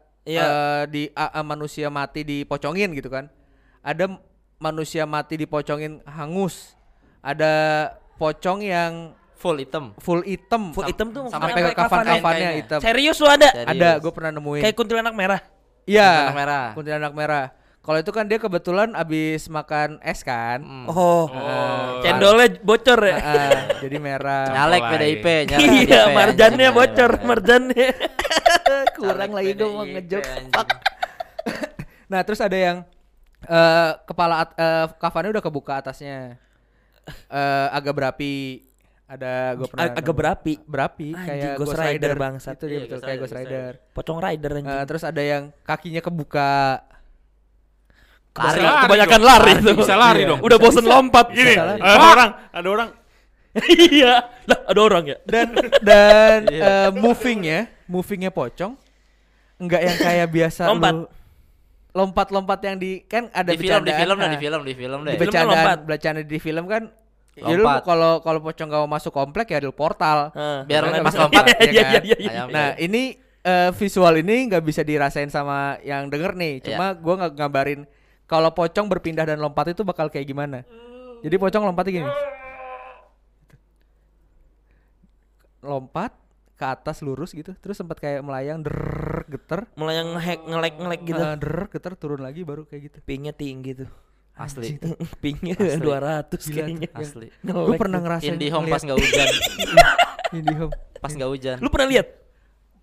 manusia mati dipocongin gitu kan. Ada manusia mati dipocongin hangus. Ada pocong yang Full hitam. full hitam. Full hitam tuh sampai sampai ke kafan-kafannya kain-kainnya. hitam. Serius lu ada? Serius. Ada, gue pernah nemuin. Kayak kuntilanak merah. Iya. Kuntilanak merah. Kuntilanak merah. Kalau itu kan dia kebetulan abis makan es kan. Oh. Cendolnya bocor ya. Jadi merah. Nyalek Mulai. PDIP. nyalek Iya, PDIP, marjannya anjing. bocor, marjannya. Kurang lagi gue mau PDIP, ngejok. anjing. Nah terus ada yang kepala kafannya udah kebuka atasnya. Agak berapi. Ada gue pernah Agak berapi. kayak Anjing, Ghost Rider bangsat. itu dia Iya, betul Ghost kayak Rider, Ghost Ghost Rider. Pocong rider anjing. Terus ada yang kakinya kebuka. Lari. Kebanyakan lari tuh. Bisa lari Iya. dong. Udah bosen lompat. Gini, Salah. ada orang. Iya. Lah, ada orang ya. Dan movingnya pocong enggak yang kayak biasa Lompat. lu lompat-lompat yang di kan ada Di film bercandaan, deh, nah, di film deh. di Film kan bercandaan di film kan ya lu Lompat. kalau pocong gak mau masuk komplek ya ada portal. Biar Nggak pas bisa lompat. ya Iya, kan? iya, iya. Ayam. Nah ini visual ini nggak bisa dirasain sama yang denger nih. Cuma gua nggak ngabarin kalau pocong berpindah dan lompat itu bakal kayak gimana. Jadi pocong lompatnya gini. Lompat ke atas lurus gitu, terus sempat kayak melayang geter, Mulai yang ngelek gitu. geter turun lagi baru kayak gitu. Pingnya tinggi tuh. Asli. Pingnya Asli. 200 Gila kayaknya. tuh. Asli. Gue pernah ngerasain Indihome pas ngeliat nggak hujan. Indihome. Pas nggak hujan. Lu pernah lihat?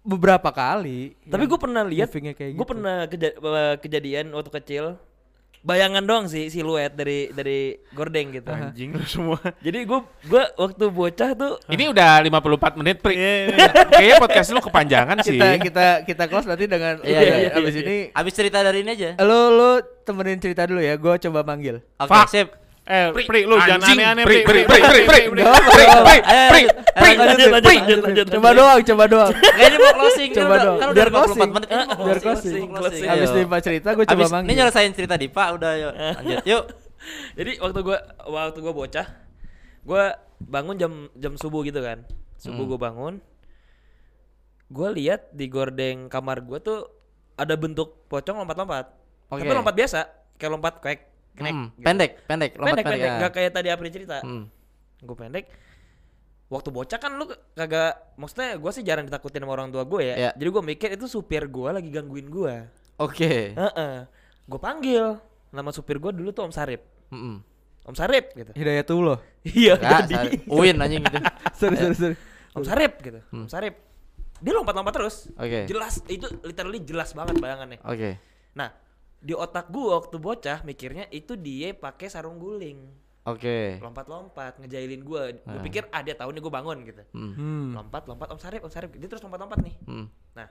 beberapa kali. Tapi gue pernah lihat, movingnya kayak gue gitu. pernah kejadian waktu kecil. Bayangan doang sih siluet dari gordeng gitu. Anjing lu semua. Jadi gue waktu bocah tuh Ini udah 54 menit, Pri. Iya. Kayaknya podcast lu kepanjangan sih. Kita close nanti dengan Iya, abis ini Abis cerita dari ini aja. lu temenin cerita dulu ya, gue coba manggil. Oke, Fuck. sip. Pri, lu jangan Anjing. aneh-aneh, Pri. lanjut. Coba doang. Nggak, ini mau closing. Coba dong. Kan Biar udah 24 closing. menit. Ini mau Biar closing. closing. Abis Ayo. Dipa cerita gue coba Abis ini manggil. nyelesain cerita Dipa udah yuk. Lanjut. Yuk. Jadi waktu gua bocah, gua bangun jam subuh gitu kan. Subuh gua bangun. Gua lihat di gordeng kamar gua tuh ada bentuk pocong lompat-lompat. Oke. Tapi lompat biasa, kayak lompat kayak Pendek, lompat pendek, ya. nggak kayak tadi Apri cerita. Gue pendek. Waktu bocah kan lu kagak, maksudnya gue sih jarang ditakutin sama orang tua gue ya. Iya. Jadi gue mikir itu supir gue lagi gangguin gue. Oke. Gue panggil nama supir gue dulu tuh Om Sarip. Mm-mm. Om Sarip gitu. Hidayatullah. Iya. Enggak, Jadi Uin anjing gitu. Sorry. Om Sarip gitu. Om Sarip. Dia lompat-lompat terus. Oke. Jelas itu literally jelas banget bayangannya. Oke. Nah, di otak gue waktu bocah mikirnya itu dia pakai sarung guling. Oke. Lompat-lompat ngejailin gue. Gue pikir dia tahu nih gue bangun gitu. Lompat Om Sarip. Dia terus lompat-lompat nih. Nah,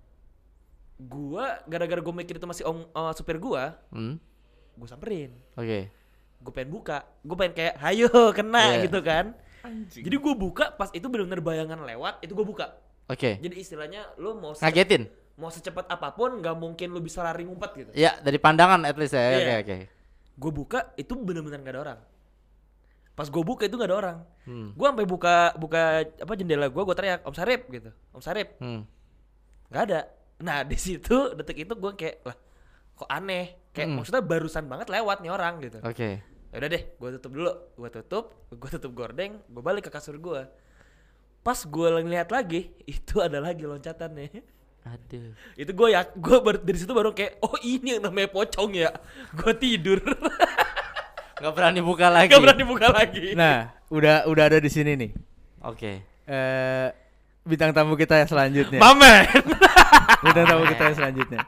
gua gara-gara gue mikir itu masih supir gua, gue samperin. Oke. Gue pengen buka, gue pengen kayak hayo kena Yeah. gitu kan. Jadi gue buka pas itu benar-benar bayangan lewat, itu gue buka. Oke. Jadi istilahnya lu Ngagetin. mau secepat apapun nggak mungkin lu bisa lari ngumpet gitu. Ya, dari pandangan at least ya. Iya. Oke. Gue buka itu benar-benar nggak ada orang. Pas gue buka itu nggak ada orang. Gue sampai buka apa jendela gue teriak Om Sarip gitu, Om Sarip. Nggak ada. Nah di situ detik itu gue kayak lah kok aneh. Kayak maksudnya barusan banget lewat nih orang gitu. Oke. Ya udah deh, gue tutup dulu. Gue tutup gordeng, gue balik ke kasur gue. Pas gue ngeliat lagi, itu ada lagi loncatannya. Aduh. Itu gue dari situ baru kayak, oh ini yang namanya pocong ya. Gue tidur. Gak berani buka lagi. Gak berani buka lagi. Nah, udah ada di sini nih. Oke. Bintang tamu kita yang selanjutnya. Mamen. Bintang tamu kita yang selanjutnya.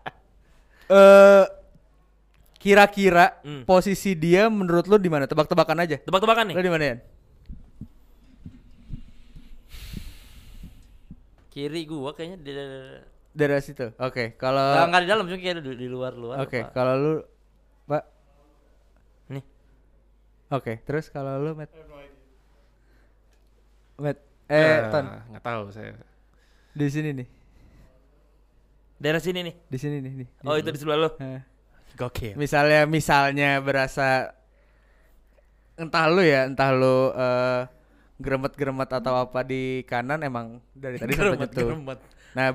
Kira-kira posisi dia menurut lu di mana? Tebak-tebakan aja. Tebak-tebakan nih. Lu di mana, Yan? Kiri gua kayaknya di Daerah situ. Oke, kalau enggak di dalam cuma kayak di luar. Oke, apa. kalau lu, Pak. Nih. Oke, terus kalau lu, Matt. Ton. Enggak tahu saya. Di sini nih. Daerah sini nih. Di sini nih. Oh itu di sebelah lo. Gokil. Misalnya berasa entah lu geremet-geremet atau apa di kanan emang dari tadi sampai situ. Nah,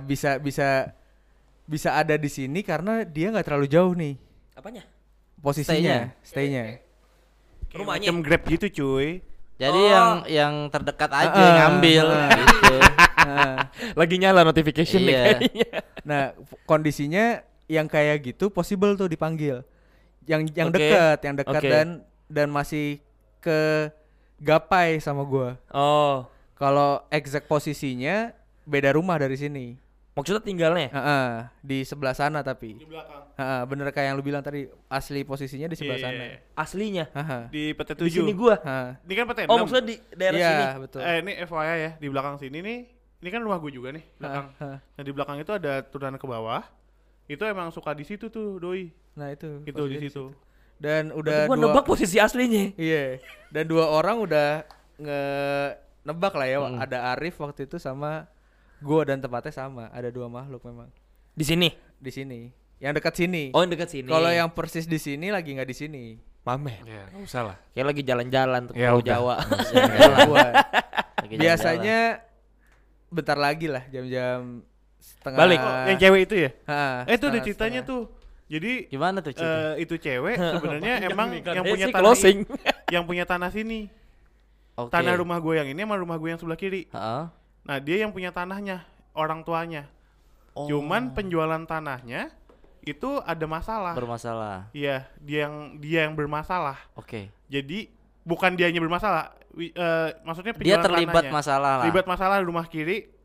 bisa ada di sini karena dia nggak terlalu jauh nih Apanya? posisinya, stay-nya. Rumahnya. Macam Grab gitu cuy. Jadi yang terdekat aja yang ngambil gitu. Lagi nyala notification nih Iya. kayaknya. Nah, kondisinya yang kayak gitu possible tuh dipanggil. Yang Oke. dekat Oke. dan masih ke gapai sama gua. Oh, Kalau exact posisinya beda rumah dari sini. maksudnya tinggalnya? Di sebelah sana tapi. Di belakang. Bener kayak yang lu bilang tadi, asli posisinya di sebelah Iya. sana. Aslinya. Di PT 7. Di sini gua. Ini kan PT 6. Oh, maksudnya di daerah Iya, sini. betul. Ini FYI ya, di belakang sini nih. Ini kan rumah gue juga nih, belakang. Nah, di belakang itu ada turunan ke bawah. Itu emang suka di situ tuh, doi. Nah, itu. Itu di posisinya situ. Dan Berarti udah gua nebak posisi aslinya. Iya. Dan 2 orang udah nebak lah ya. Ada Arif waktu itu sama gua dan tempatnya sama. Ada 2 makhluk memang Di sini. di sini. Yang dekat sini. Oh, yang dekat sini. Kalau yang persis di sini lagi nggak di sini. Mamen. Ya, enggak usah lah. Kayak lagi jalan-jalan tuh Ya Pulau udah. Jawa. Kalau gua Lagi biasanya bentar lagi lah jam-jam setengah. Balik. Yang cewek itu ya? Itu ada setengah- ceritanya setengah. tuh. Jadi jalan-jalan. Gimana tuh cerita? itu cewek sebenarnya emang yang punya sih tanah closing. yang punya tanah sini. Oke. Tanah rumah gue yang ini sama rumah gue yang sebelah kiri. Heeh. Nah, dia yang punya tanahnya, orang tuanya. Oh. Cuman penjualan tanahnya itu ada masalah. Bermasalah. Iya, dia yang bermasalah. Oke. Jadi bukan dianya bermasalah. Maksudnya Dia penjualan terlibat tanahnya. masalah lah. Terlibat masalah di rumah kiri,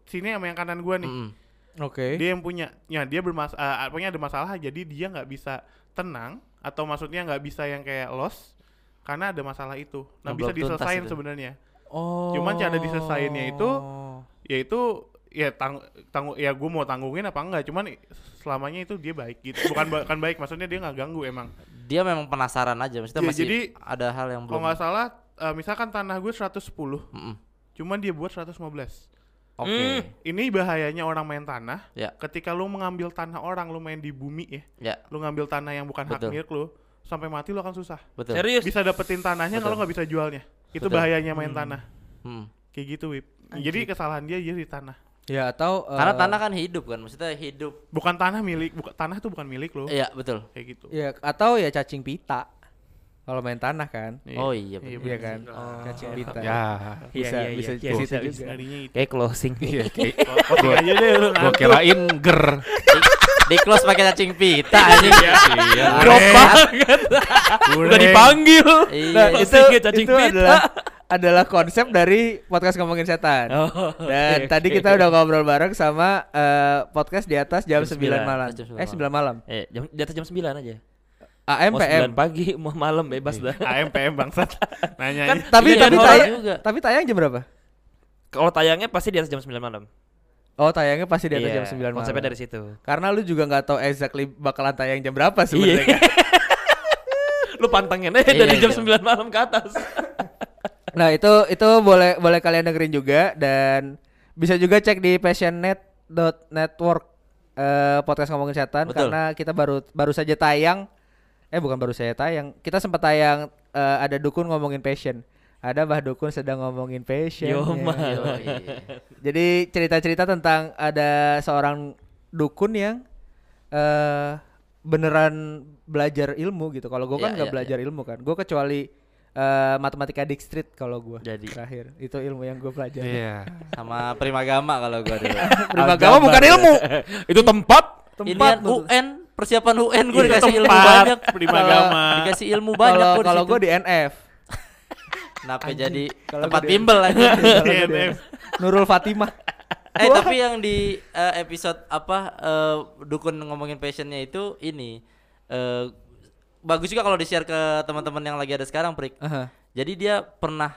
sini sama yang kanan gua nih. Oke. Dia yang punya, ya dia pokoknya ada masalah, jadi dia nggak bisa tenang atau maksudnya nggak bisa yang kayak loss karena ada masalah itu. Nah, bisa belum tuntas diselesain itu. sebenarnya. Oh. Cuman cara diselesainnya itu yaitu ya ya gue mau tanggungin apa enggak, cuman selamanya itu dia baik gitu. Bukan baik, maksudnya dia nggak ganggu emang. Dia memang penasaran aja, maksudnya Ya, masih jadi, ada hal yang Kalau belum. nggak salah misalkan tanah gue 110, cuman dia buat 115. Oke. Ini bahayanya orang main tanah. Ya. Ketika lu mengambil tanah orang, lu main di bumi ya. Ya, Lu ngambil tanah yang bukan hak Betul. milik lu, sampai mati lu akan susah. betul. Serius? Bisa dapetin tanahnya kalau nggak bisa jualnya. Itu Betul. bahayanya main tanah. Kayak gitu, Wip. Jadi kesalahan dia di tanah. Ya atau Karena tanah kan hidup kan, maksudnya hidup. Bukan tanah milik, tanah itu bukan milik lu. Iya, betul. Kayak gitu. ya atau ya cacing pita. Kalau main tanah kan. Oh iya, Iya, betul. Iya kan? Cacing pita. Ya. Bisa bisa iya, ke situ bisa, juga. Tadinya itu. Kayak closing. Iya, kayak Posting aja deh lu. gua kirain ger. Di close pakai cacing pita anjing. Iya. Drop banget. Udah dipanggil. Iya. Nah, Cacing itu pita. adalah konsep dari podcast ngomongin setan. Oh, Dan tadi kita udah ngobrol bareng sama podcast di atas jam Jam 9 9. malam. Jam 9 9 malam. di atas jam 9 aja. AM Mau PM. 9 pagi, mau malam bebas dah. AMPM bangsat. Nanya Kan aja. Tapi Iya, tapi kan, tayang juga. tapi tayang jam berapa? Kalau tayangnya pasti di atas jam 9 malam. Oh, tayangnya pasti di atas jam 9 malam. Konsepnya dari situ. Karena lu juga nggak tahu exactly bakalan tayang jam berapa sebenarnya. kan? Lu pantengin aja Iya, dari jam iya. 9 malam ke atas. Nah, itu boleh kalian dengerin juga dan bisa juga cek di passionnet.network podcast ngomongin setan. Betul. Karena kita baru saja tayang. Bukan baru saya tayang. Kita sempat tayang ada dukun ngomongin passion. Ada Mbah Dukun sedang ngomongin passion. Yo, ya. mah. Jadi cerita-cerita tentang ada seorang dukun yang beneran belajar ilmu gitu. Kalau gue kan Iya, nggak iya, belajar ilmu kan. Gue kecuali matematika Dick Street kalau gue. Jadi. Terakhir itu ilmu yang gue pelajari. Iya. Sama Primagama kalau gua dulu. Primagama bukan ilmu. Itu tempat. Ini kan UN, persiapan UN gua Itu dikasih ilmu tempat banyak. Primagama. Dikasih ilmu banyak gua di Kalau situ. gue di NF. Kenapa jadi Kalau tempat gua di- bimbel aja. Kalau gua di NF. NF. Nurul Fatimah. Tapi yang di episode dukun ngomongin passionnya itu ini bagus juga kalau di-share ke teman-teman yang lagi ada sekarang, Prik. Aha. Jadi dia pernah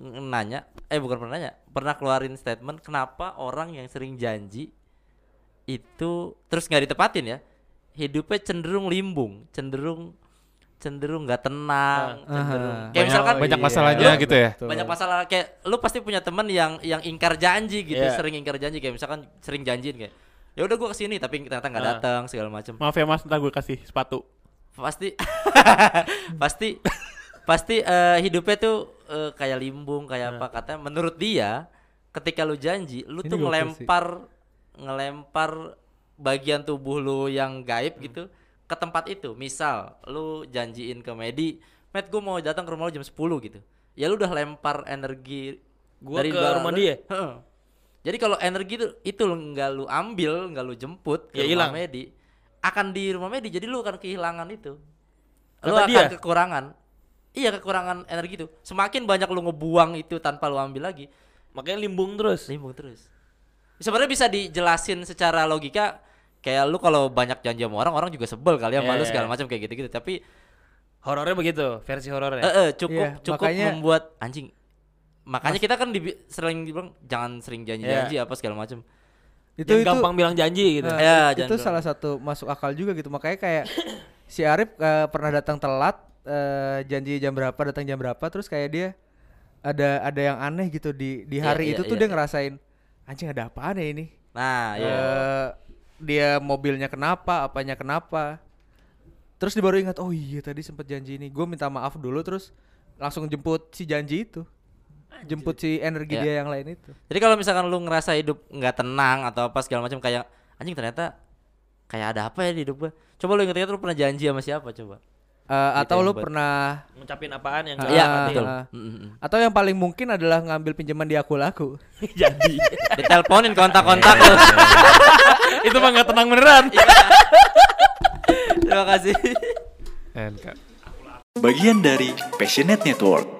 pernah keluarin statement kenapa orang yang sering janji itu terus nggak ditepatin ya, hidupnya cenderung limbung, cenderung nggak tenang, cenderung kayak misalkan banyak masalahnya iya, gitu ya. betul. banyak masalah, kayak lu pasti punya teman yang ingkar janji gitu, Iya. sering ingkar janji, kayak misalkan sering janjiin kayak ya udah gua kesini tapi ternyata nggak datang segala macam. Maaf ya Mas, ntar gue kasih sepatu. Pasti pasti hidupnya tuh kayak limbung, kayak apa katanya menurut dia. Ketika lu janji, lu Ini tuh gokil ngelempar bagian tubuh lu yang gaib gitu ke tempat itu. Misal lu janjiin ke Medi, Med gue mau datang ke rumah lu jam 10 gitu. Ya lu udah lempar energi Gua ke dalam rumah lu. dia? Heeh. Jadi kalau energi itu lu nggak lu ambil, nggak lu jemput ke Ya, rumah hilang. Medi, akan di rumah Medi, jadi lu akan kehilangan itu. Lu Kata akan dia? kekurangan. Iya, kekurangan energi itu. Semakin banyak lu ngebuang itu tanpa lu ambil lagi, Makanya limbung terus. limbung terus. Sebenarnya bisa dijelasin secara logika, kayak lu kalau banyak janji sama orang juga sebel kali ya, malu Iya. segala macam kayak gitu-gitu. Tapi Horornya begitu, versi horornya. cukup Iya, makanya- membuat anjing. Makanya kita kan sering dibilang jangan sering janji-janji apa segala macam. Itu Yang gampang bilang janji gitu. Nah, Ya, itu jangan salah satu masuk akal juga gitu. Makanya kayak si Arif pernah datang telat, janji jam berapa, datang jam berapa, terus kayak dia ada yang aneh gitu di hari Iya, itu tuh iya, dia iya. ngerasain anjing ada apaan ya ini. Nah, ya. Dia mobilnya kenapa, apanya kenapa. Terus dia baru ingat, oh iya tadi sempet janji ini. Gue minta maaf dulu terus langsung jemput si janji itu. Jemput si energi Ya. dia yang lain itu. Jadi kalau misalkan lu ngerasa hidup nggak tenang atau apa segala macam, kayak anjing ternyata kayak ada apa ya di hidup gua. Coba lu inget-inget lu pernah janji sama siapa coba? Atau yang lu buat- pernah Ngucapin apaan yang Ah, enggak Iya, penting. betul. ah. Atau yang paling mungkin adalah ngambil pinjaman di aku-aku. Jadi Diteleponin kontak-kontak lu. itu mah enggak tenang beneran. Terima kasih. NK. Bagian dari Passionate Network.